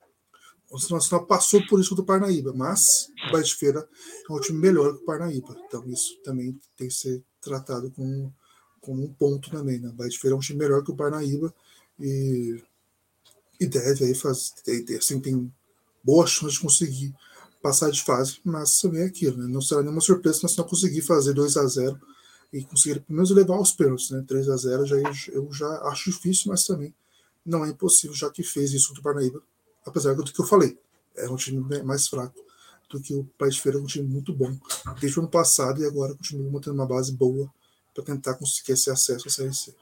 O Nacional passou por isso do Parnaíba, mas o Bahia de Feira é um time melhor que o Parnaíba. Então isso também tem que ser tratado como, como um ponto também. Né? O Bahia de Feira é um time melhor que o Parnaíba e, e deve aí fazer, assim, tem boa chance de conseguir passar de fase, mas também é aquilo. Né? Não será nenhuma surpresa se o Nacional conseguir fazer dois a zero e conseguir pelo menos levar os pênaltis. Né? três a zero já, eu já acho difícil, mas também não é impossível, já que fez isso do Parnaíba. Apesar do que eu falei, é um time mais fraco do que o Bahia de Feira, é um time muito bom desde o ano passado e agora continua mantendo uma base boa para tentar conseguir esse acesso à Série C.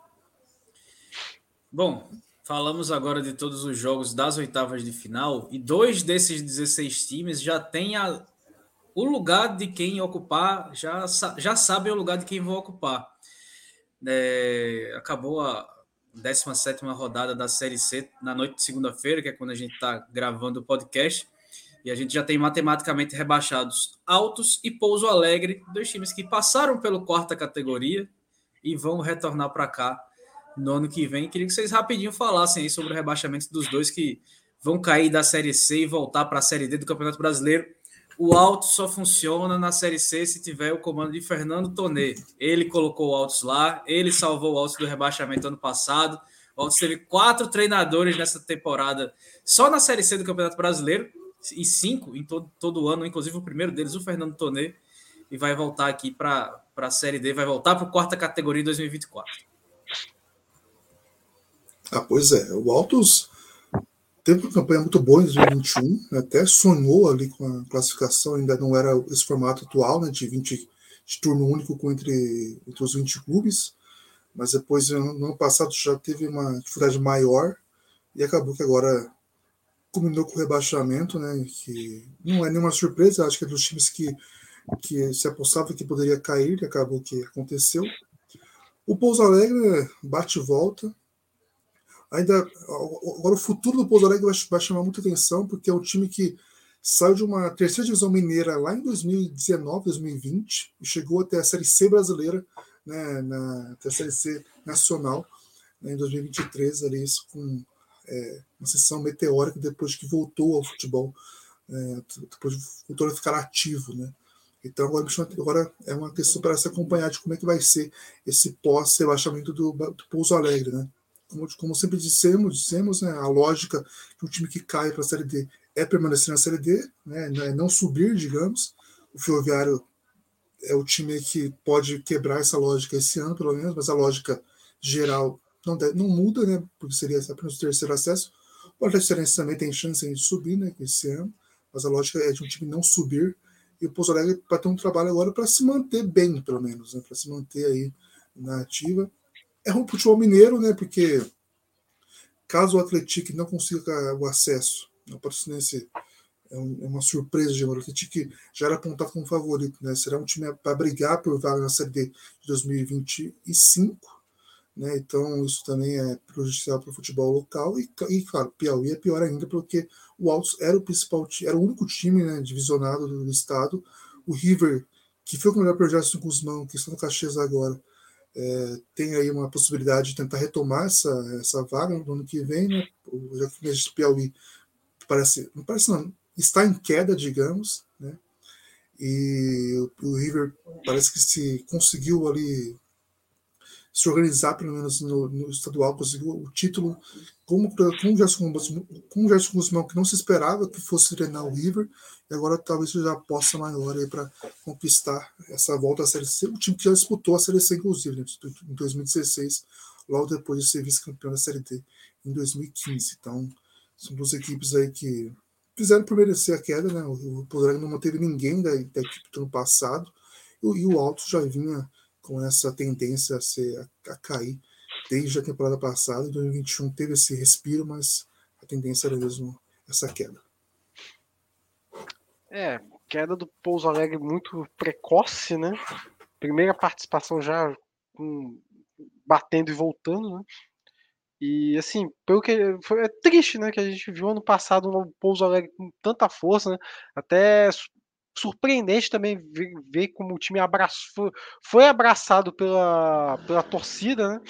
Bom, falamos agora de todos os jogos das oitavas de final e dois desses dezesseis times já têm a, o lugar de quem ocupar, já, já sabem o lugar de quem vão ocupar. É, acabou a décima sétima rodada da Série C na noite de segunda-feira, que é quando a gente está gravando o podcast, e a gente já tem matematicamente rebaixados Altos e Pouso Alegre, dois times que passaram pelo quarta categoria e vão retornar para cá no ano que vem. Queria que vocês rapidinho falassem aí sobre o rebaixamento dos dois que vão cair da Série C e voltar para a Série D do Campeonato Brasileiro. O Altos só funciona na Série C se tiver o comando de Fernando Tonê. Ele colocou o Altos lá, ele salvou o Altos do rebaixamento ano passado. O Altos teve quatro treinadores nessa temporada só na Série C do Campeonato Brasileiro e cinco em todo, todo o ano, inclusive o primeiro deles, o Fernando Tonê, e vai voltar aqui para para a Série D, vai voltar para a quarta categoria em dois mil e vinte e quatro. Ah, pois é. O Altos teve uma campanha muito boa em dois mil e vinte e um, até sonhou ali com a classificação, ainda não era esse formato atual, né, de, vinte, de turno único com entre, entre os vinte clubes, mas depois, no ano passado, já teve uma dificuldade maior e acabou que agora combinou com o rebaixamento, né, que não é nenhuma surpresa, acho que é dos times que, que se apostava que poderia cair, e acabou que aconteceu. O Pouso Alegre bate e volta. Ainda, agora o futuro do Pouso Alegre vai, vai chamar muita atenção, porque é um time que saiu de uma terceira divisão mineira lá em dois mil e dezenove, dois mil e vinte, e chegou até a Série C brasileira, né, na, até a Série C nacional, né, em dois mil e vinte e três, ali, isso com é, uma sessão meteórica depois que voltou ao futebol, é, depois voltou a ficar ativo, né? Então agora, agora é uma questão para se acompanhar de como é que vai ser esse pós-rebaixamento do, do Pouso Alegre, né? Como, como sempre dissemos, dissemos, né, a lógica que um time que cai para a Série D é permanecer na Série D, né, não subir, digamos. O Ferroviário é o time que pode quebrar essa lógica esse ano, pelo menos, mas a lógica geral não, deve, não muda, né, porque seria apenas o terceiro acesso. O Atlético Cearense também tem chance de subir, né, esse ano, mas a lógica é de um time não subir. E o Pouso Alegre vai ter um trabalho agora para se manter bem, pelo menos, né, para se manter aí na ativa. É um futebol mineiro, né? Porque caso o Atlético não consiga o acesso, o Patrocinense é, um, é uma surpresa de o Atlético já era apontado como favorito, né? Será um time para brigar por vaga na Série D de dois mil e vinte e cinco, né? Então isso também é prejudicial para o futebol local e, e, claro, Piauí é pior ainda porque o Altos era o principal, era o único time, né, divisionado do, do estado. O River, que foi o melhor projeto do Guzmão, que está no Caxias agora, É, tem aí uma possibilidade de tentar retomar essa, essa vaga no ano que vem, né? O Jacuipense de Piauí parece, não parece não, está em queda, digamos, né? E o, o River parece que se conseguiu ali se organizar, pelo menos no, no estadual, conseguiu o título com, com o Gerson Guzmão, que não se esperava que fosse treinar o River, e agora talvez já possa maior aí para conquistar essa volta à Série C, o time que já disputou a Série C, inclusive, né, em dois mil e dezesseis, logo depois de ser vice-campeão da Série D em dois mil e quinze. Então, são duas equipes aí que fizeram por merecer a queda, né? O Pouso Alegre não manteve ninguém da, da equipe do ano passado, e, e o Altos já vinha com essa tendência a, ser, a, a cair desde a temporada passada. Em dois mil e vinte e um teve esse respiro, mas a tendência era mesmo essa queda. É, queda do Pouso Alegre muito precoce, né? Primeira participação já com, batendo e voltando, né? E assim, pelo que foi é triste, né, que a gente viu ano passado no Pouso Alegre com tanta força, né? Até surpreendente também ver, ver como o time abraçou, foi abraçado pela, pela torcida, né?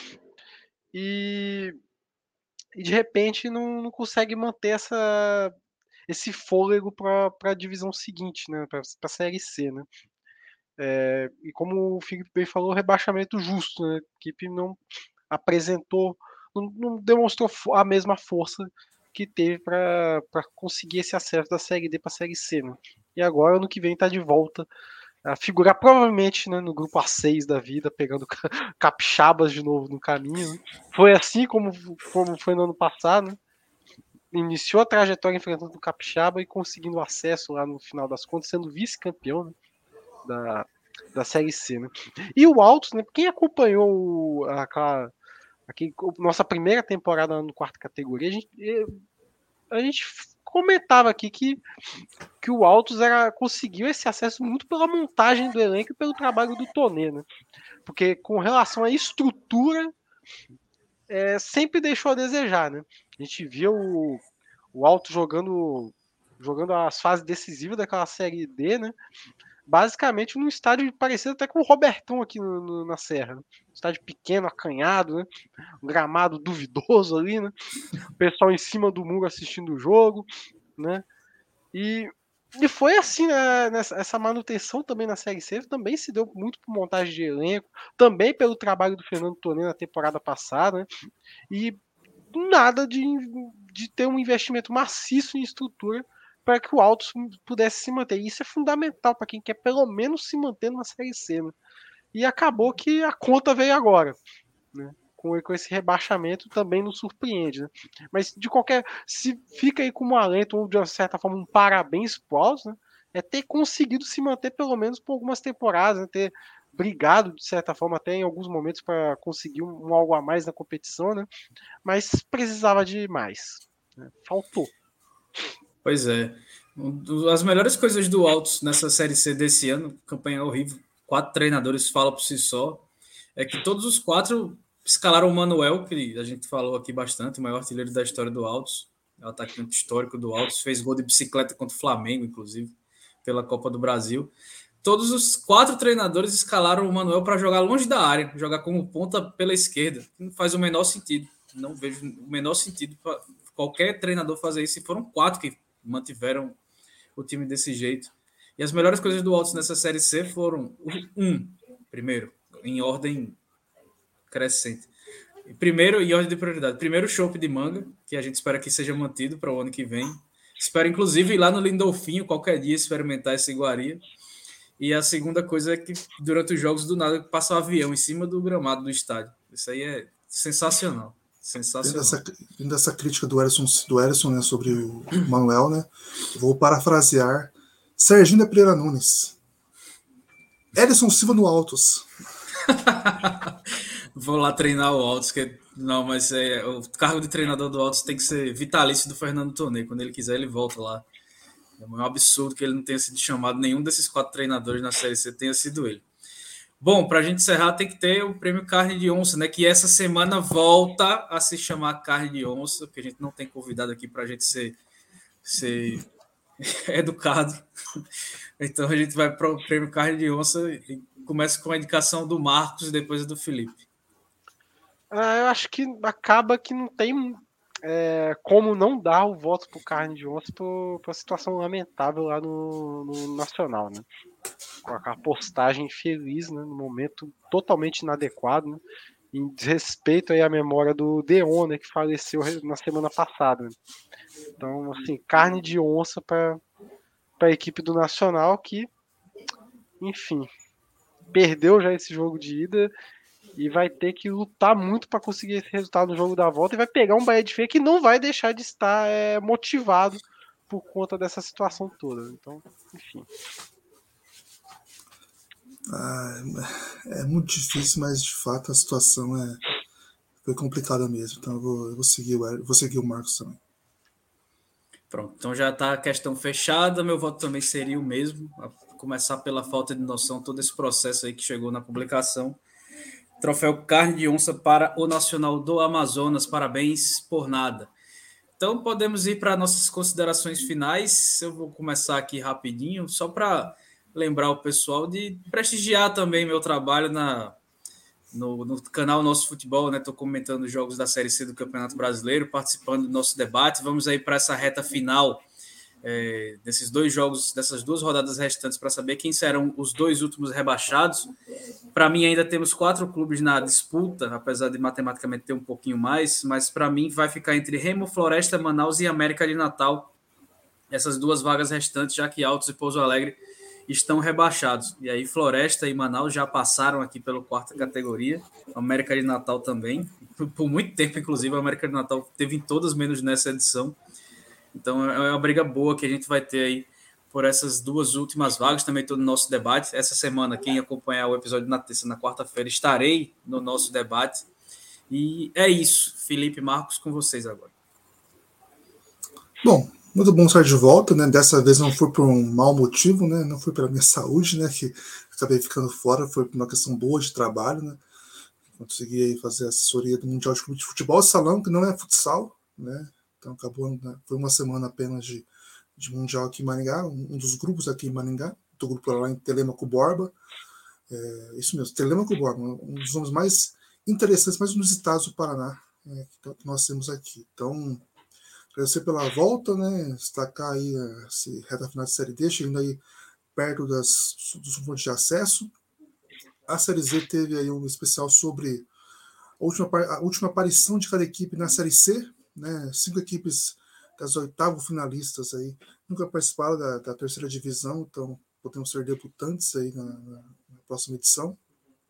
E, e de repente não, não consegue manter essa, esse fôlego para a divisão seguinte, né? Para a Série C, né? É, e como o Felipe bem falou, rebaixamento justo, né? A equipe não apresentou, não, não demonstrou a mesma força que teve para conseguir esse acesso da Série D para a Série C, né? E agora, ano que vem, está de volta a figurar provavelmente, né, no grupo A seis da vida, pegando capixabas de novo no caminho, né? Foi assim como, como foi no ano passado, né? Iniciou a trajetória enfrentando o capixaba e conseguindo acesso lá no final das contas, sendo vice-campeão, né, da, da Série C, né? E o Altos, né, quem acompanhou aquela, aquela nossa primeira temporada no quarta categoria, a gente, a gente comentava aqui que, que o Altos era, conseguiu esse acesso muito pela montagem do elenco e pelo trabalho do Tonê, né? Porque com relação à estrutura, é, sempre deixou a desejar, né? A gente viu o, o Altos jogando, jogando as fases decisivas daquela Série D, né? Basicamente num estádio parecido até com o Robertão aqui no, no, na Serra. Né? Um estádio pequeno, acanhado, né? Um gramado duvidoso ali, né? O pessoal em cima do muro assistindo o jogo, né? E, e foi assim, né? Nessa, essa manutenção também na Série C também se deu muito por montagem de elenco, também pelo trabalho do Fernando Tonê na temporada passada, né? E nada de, de ter um investimento maciço em estrutura para que o Altos pudesse se manter. E isso é fundamental para quem quer pelo menos se manter na Série C, né? e acabou que a conta veio agora, né? Com, com esse rebaixamento também nos surpreende, né? Mas de qualquer, se fica aí como um alento ou de certa forma um parabéns pro Altos, né? É ter conseguido se manter pelo menos por algumas temporadas, né? Ter brigado de certa forma até em alguns momentos para conseguir um, um algo a mais na competição, né? Mas precisava de mais, né? Faltou. Pois é. As melhores coisas do Altos nessa Série C desse ano, campanha horrível, quatro treinadores falam por si só, é que todos os quatro escalaram o Manuel, que a gente falou aqui bastante, o maior artilheiro da história do Altos, é o atacante histórico do Altos, fez gol de bicicleta contra o Flamengo, inclusive, pela Copa do Brasil. Todos os quatro treinadores escalaram o Manuel para jogar longe da área, jogar como ponta pela esquerda, que não faz o menor sentido. Não vejo o menor sentido para qualquer treinador fazer isso, e foram quatro que mantiveram o time desse jeito. E as melhores coisas do Altos nessa Série C foram um, primeiro, em ordem crescente. Primeiro, em ordem de prioridade. Primeiro, o chopp de manga, que a gente espera que seja mantido para o ano que vem. Espero, inclusive, ir lá no Lindolfinho qualquer dia experimentar essa iguaria. E a segunda coisa é que, durante os jogos, do nada, passa um avião em cima do gramado do estádio. Isso aí é sensacional. Sensacional. Vindo dessa, vindo dessa crítica do Erison, do Erison, né, sobre o Manuel, né, vou parafrasear Serginho da Pereira Nunes. Erison Silva no Altos. Vou lá treinar o Altos, que não, mas é, o cargo de treinador do Altos tem que ser vitalício do Fernando Tonê. Quando ele quiser, ele volta lá. É um absurdo que ele não tenha sido chamado, nenhum desses quatro treinadores na Série C tenha sido ele. Bom, para a gente encerrar, tem que ter o prêmio Carne de Onça, né? Que essa semana volta a se chamar Carne de Onça, porque a gente não tem convidado aqui para a gente ser, ser educado. Então a gente vai para o prêmio Carne de Onça e começa com a indicação do Marcos e depois do Felipe. Ah, eu acho que acaba que não tem é, como não dar o voto pro Carne de Onça por, por situação lamentável lá no, no Nacional, né? Com a postagem infeliz, né, no momento totalmente inadequado, né, em desrespeito aí à memória do Deon, né, que faleceu na semana passada. Né. Então, assim, carne de onça para a equipe do Nacional que, enfim, perdeu já esse jogo de ida e vai ter que lutar muito para conseguir esse resultado no jogo da volta e vai pegar um Bahia de Feira que não vai deixar de estar é, motivado por conta dessa situação toda. Então, enfim. Ah, é muito difícil, mas de fato a situação é, foi complicada mesmo. Então eu vou, eu vou, seguir, o, vou seguir o Marcos também. Pronto, então já está a questão fechada. Meu voto também seria o mesmo. A começar pela falta de noção, todo esse processo aí que chegou na publicação. Troféu Carne de Onça para o Nacional do Amazonas. Parabéns por nada. Então podemos ir para nossas considerações finais. Eu vou começar aqui rapidinho, só para lembrar o pessoal de prestigiar também meu trabalho na, no, no canal Nosso Futebol, né? Estou comentando os jogos da Série C do Campeonato Brasileiro, participando do nosso debate. Vamos aí para essa reta final é, desses dois jogos, dessas duas rodadas restantes, para saber quem serão os dois últimos rebaixados. Para mim ainda temos quatro clubes na disputa, apesar de matematicamente ter um pouquinho mais, mas para mim vai ficar entre Remo, Floresta, Manaus e América de Natal, essas duas vagas restantes, já que Altos e Pouso Alegre estão rebaixados. E aí Floresta e Manaus já passaram aqui pela quarta categoria, América de Natal também, por muito tempo inclusive a América de Natal teve em todas menos nessa edição. Então é uma briga boa que a gente vai ter aí por essas duas últimas vagas. Também estou no nosso debate. Essa semana, quem acompanhar o episódio na terça, na quarta-feira, estarei no nosso debate. E é isso. Felipe, Marcos, com vocês agora. Bom, muito bom estar de volta, né? Dessa vez não foi por um mau motivo, né? Não foi pela minha saúde, né? Que acabei ficando fora, foi por uma questão boa de trabalho, né? Consegui aí fazer assessoria do Mundial de Clube de Futebol Salão, que não é futsal, né? Então acabou, né? Foi uma semana apenas de de Mundial aqui em Maringá, um dos grupos aqui em Maringá, do grupo lá em Telêmaco Borba, é, isso mesmo, Telêmaco Borba, um dos nomes mais interessantes, mais inusitados do Paraná, é, que nós temos aqui. Então, agradecer pela volta, né, destacar aí essa reta final de Série D, chegando aí perto das, dos pontos de acesso. A Série Z teve aí um especial sobre a última, a última aparição de cada equipe na Série C, né, cinco equipes das oitavos finalistas aí, nunca participaram da, da terceira divisão, então podemos ser debutantes aí na, na, na próxima edição.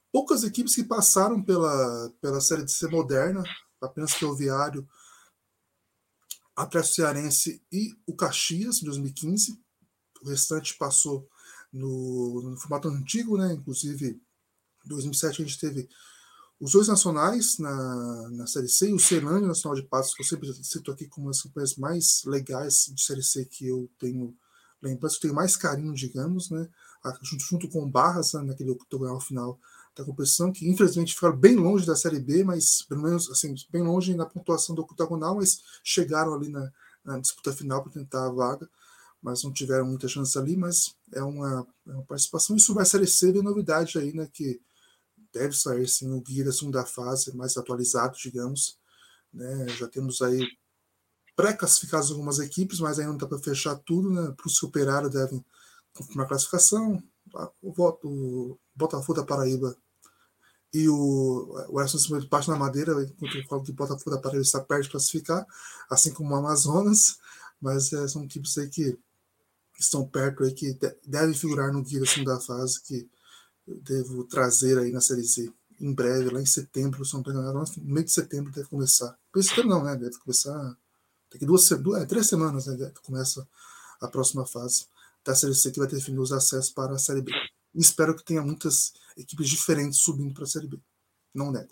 poucas equipes que passaram pela, pela Série C moderna, apenas Ferroviário, Atlético Cearense e o Caxias, em dois mil e quinze. O restante passou no, no formato antigo, né? Inclusive, em dois mil e sete a gente teve os dois nacionais na, na Série C e o Ceilândia Nacional de Patos, que eu sempre cito aqui como as campanhas mais legais de Série C que eu tenho lembrança, que eu tenho mais carinho, digamos, né? Junto, junto com o Barras, né, naquele octogonal final da competição, que infelizmente ficaram bem longe da Série B, mas pelo menos assim, bem longe na pontuação do octogonal, mas chegaram ali na, na disputa final para tentar a vaga, mas não tiveram muita chance ali, mas é uma, é uma participação. Isso vai Série C, de novidade aí, né, que deve sair sim o guia da segunda fase, mais atualizado, digamos, né? Já temos aí pré-classificadas algumas equipes, mas ainda não dá para fechar tudo, né? Para os que operaram devem confirmar a classificação. O, voto, o Botafogo da Paraíba e o, o Edson Simões parte na Madeira, enquanto eu falo que o Botafogo da Paraíba está perto de classificar, assim como o Amazonas, mas é, são equipes aí que estão perto aí, que de, devem figurar no guia da segunda fase, que eu devo trazer aí na Série Z em breve, lá em setembro, se não estou enganado, no meio de setembro deve começar. Por isso que não, né? Deve começar daqui duas, duas, três semanas, né? Começa a próxima fase da Série C, que vai definir os acessos para a Série B. E espero que tenha muitas equipes diferentes subindo para a Série B. Não nego.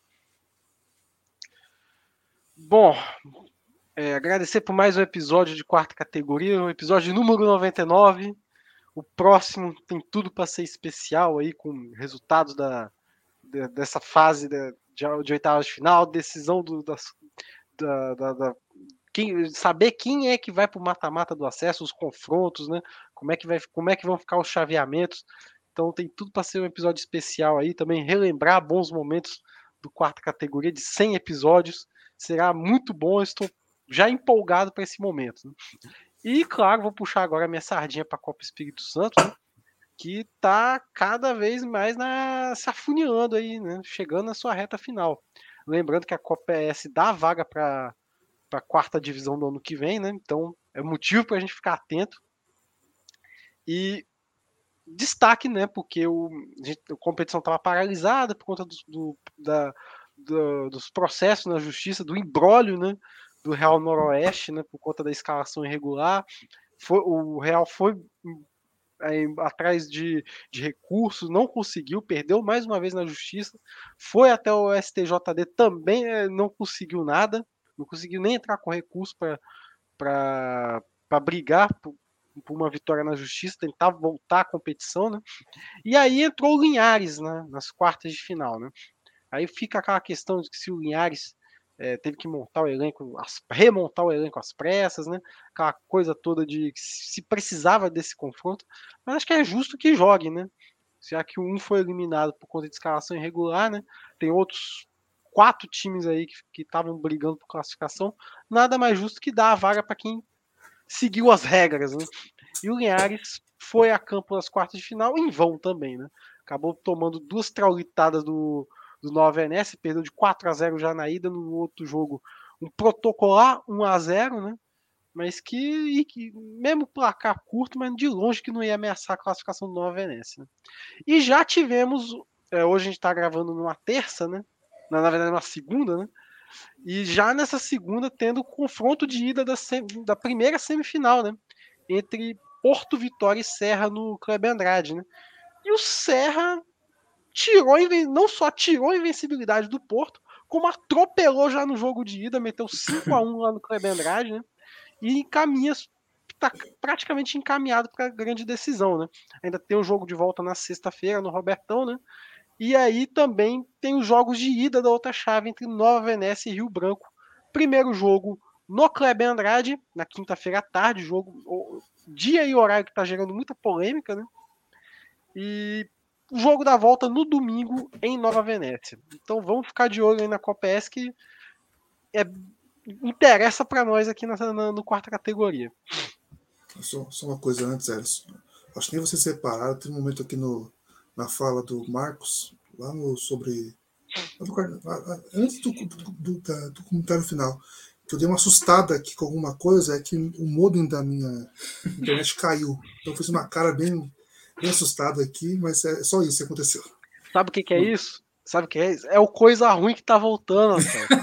Bom, é, agradecer por mais um episódio de quarta categoria, o episódio número noventa e nove. O próximo tem tudo para ser especial aí, com resultados da, de, dessa fase de, de, de oitavas de final, decisão do, das, da, da, da quem, saber quem é que vai para o mata-mata do acesso, os confrontos, né? Como é que vai, como é que vão ficar os chaveamentos. Então tem tudo para ser um episódio especial aí, também relembrar bons momentos do quarta categoria de cem episódios. Será muito bom, estou já empolgado para esse momento, né? E, claro, vou puxar agora a minha sardinha para a Copa Espírito Santo, né, que está cada vez mais na, se afunilando aí, né, chegando na sua reta final. Lembrando que a Copa E S dá vaga para a quarta divisão do ano que vem, né, então é motivo para a gente ficar atento. E destaque, né, porque o, a, gente, a competição estava paralisada por conta do, do, da, do, dos processos na justiça, do imbróglio, né, do Real Noroeste, né, por conta da escalação irregular. Foi, o Real foi é, atrás de, de recursos, não conseguiu, perdeu mais uma vez na justiça, foi até o S T J D, também é, não conseguiu nada, não conseguiu nem entrar com recurso para brigar por, por uma vitória na justiça, tentar voltar à competição, né? E aí entrou o Linhares, né, nas quartas de final, né? Aí fica aquela questão de que se o Linhares é, teve que montar o elenco, as, remontar o elenco às pressas, né? Aquela coisa toda de que se precisava desse confronto, mas acho que é justo que jogue, né? Já que um foi eliminado por conta de escalação irregular, né? Tem outros quatro times aí que estavam brigando por classificação, nada mais justo que dar a vaga para quem seguiu as regras, né? E o Linhares foi a campo nas quartas de final, em vão também, né? Acabou tomando duas traulitadas do do Nova Venécia, perdeu de quatro a zero já na ida, no outro jogo um protocolar um a zero, né? Mas que, que mesmo placar curto, mas de longe que não ia ameaçar a classificação do Nova Venécia, né? E já tivemos, é, hoje a gente está gravando numa terça, né? Na, na verdade, numa segunda, né? E já nessa segunda tendo o confronto de ida da, sem, da primeira semifinal, né? Entre Porto Vitória e Serra no Kleber Andrade, né? E o Serra tirou, não só tirou a invencibilidade do Porto, como atropelou já no jogo de ida, meteu cinco a um lá no Kleber Andrade, né? E encaminha, tá praticamente encaminhado para a grande decisão, né? Ainda tem o jogo de volta na sexta-feira no Robertão, né? E aí também tem os jogos de ida da outra chave entre Nova Venécia e Rio Branco. Primeiro jogo no Kleber Andrade, na quinta-feira à tarde, jogo, dia e horário que tá gerando muita polêmica, né? E o jogo da volta no domingo em Nova Venécia. Então vamos ficar de olho aí na Copa S, que é, interessa para nós aqui na, na no quarta categoria. Só, só uma coisa antes, Erison. Acho que nem vocês separaram, tem um momento aqui no, na fala do Marcos, lá no, sobre. Antes do, do, do, do comentário final, que eu dei uma assustada aqui com alguma coisa, é que o modem da minha internet caiu. Então eu fiz uma cara bem. bem assustado aqui, mas é só isso que aconteceu. Sabe o que, que é isso? Sabe o que é isso? É o coisa ruim que tá voltando,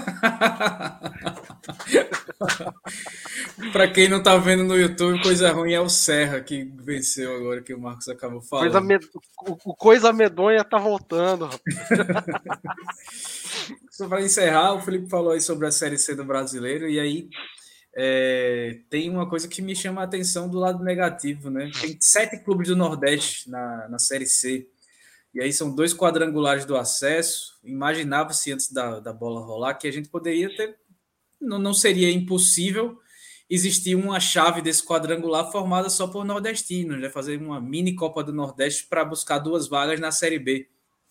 Para quem não tá vendo no YouTube, coisa ruim é o Serra que venceu agora, que o Marcos acabou falando. Coisa med... O coisa medonha tá voltando, rapaz. Só para encerrar, o Felipe falou aí sobre a Série C do Brasileiro, e aí é, tem uma coisa que me chama a atenção do lado negativo, né? Tem sete clubes do Nordeste na, na Série C, e aí são dois quadrangulares do acesso. Imaginava-se antes da, da bola rolar que a gente poderia ter, não, não seria impossível existir uma chave desse quadrangular formada só por nordestinos, né? Fazer uma mini Copa do Nordeste para buscar duas vagas na Série B.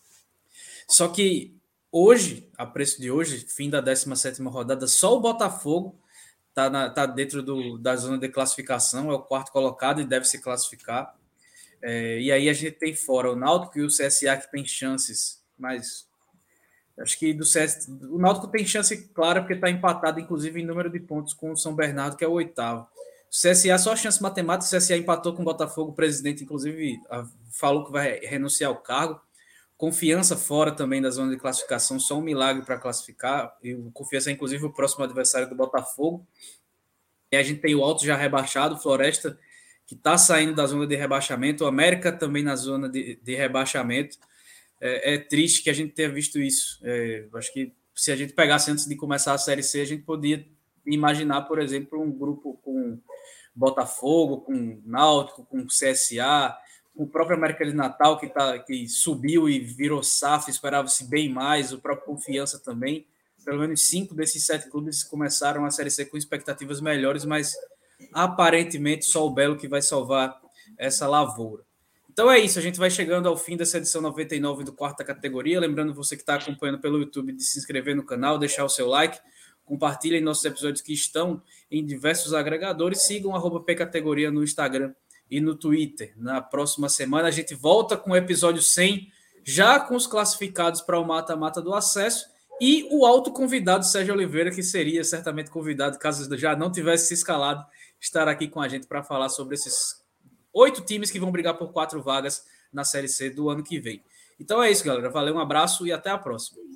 Só que hoje, a preço de hoje, fim da décima sétima rodada, só o Botafogo está tá dentro do, da zona de classificação, é o quarto colocado e deve se classificar. É, e aí a gente tem fora o Náutico e o C S A que tem chances, mas acho que do C S, o Náutico tem chance clara porque está empatado, inclusive, em número de pontos com o São Bernardo, que é o oitavo. O C S A só chance matemática, o C S A empatou com o Botafogo, o presidente, inclusive, falou que vai renunciar ao cargo. Confiança fora também da zona de classificação, só um milagre para classificar. E o Confiança é, inclusive, o próximo adversário do Botafogo. E a gente tem o Alto já rebaixado, o Floresta, que está saindo da zona de rebaixamento, o América também na zona de, de rebaixamento. É, é triste que a gente tenha visto isso. É, acho que se a gente pegasse antes de começar a Série C, a gente podia imaginar, por exemplo, um grupo com Botafogo, com Náutico, com C S A, com o próprio América de Natal, que, tá, que subiu e virou S A F, esperava-se bem mais, o próprio Confiança também. Pelo menos cinco desses sete clubes começaram a Série C com expectativas melhores, mas aparentemente só o Belo que vai salvar essa lavoura. Então é isso, a gente vai chegando ao fim dessa edição noventa e nove do Quarta Categoria. Lembrando você que está acompanhando pelo YouTube de se inscrever no canal, deixar o seu like, compartilhem nossos episódios que estão em diversos agregadores, sigam arroba Pcategoria no Instagram e no Twitter. Na próxima semana a gente volta com o episódio cem, já com os classificados para o mata-mata do acesso e o alto convidado Sérgio Oliveira, que seria certamente convidado, caso já não tivesse se escalado, estar aqui com a gente para falar sobre esses oito times que vão brigar por quatro vagas na Série C do ano que vem. Então é isso, galera. Valeu, um abraço e até a próxima.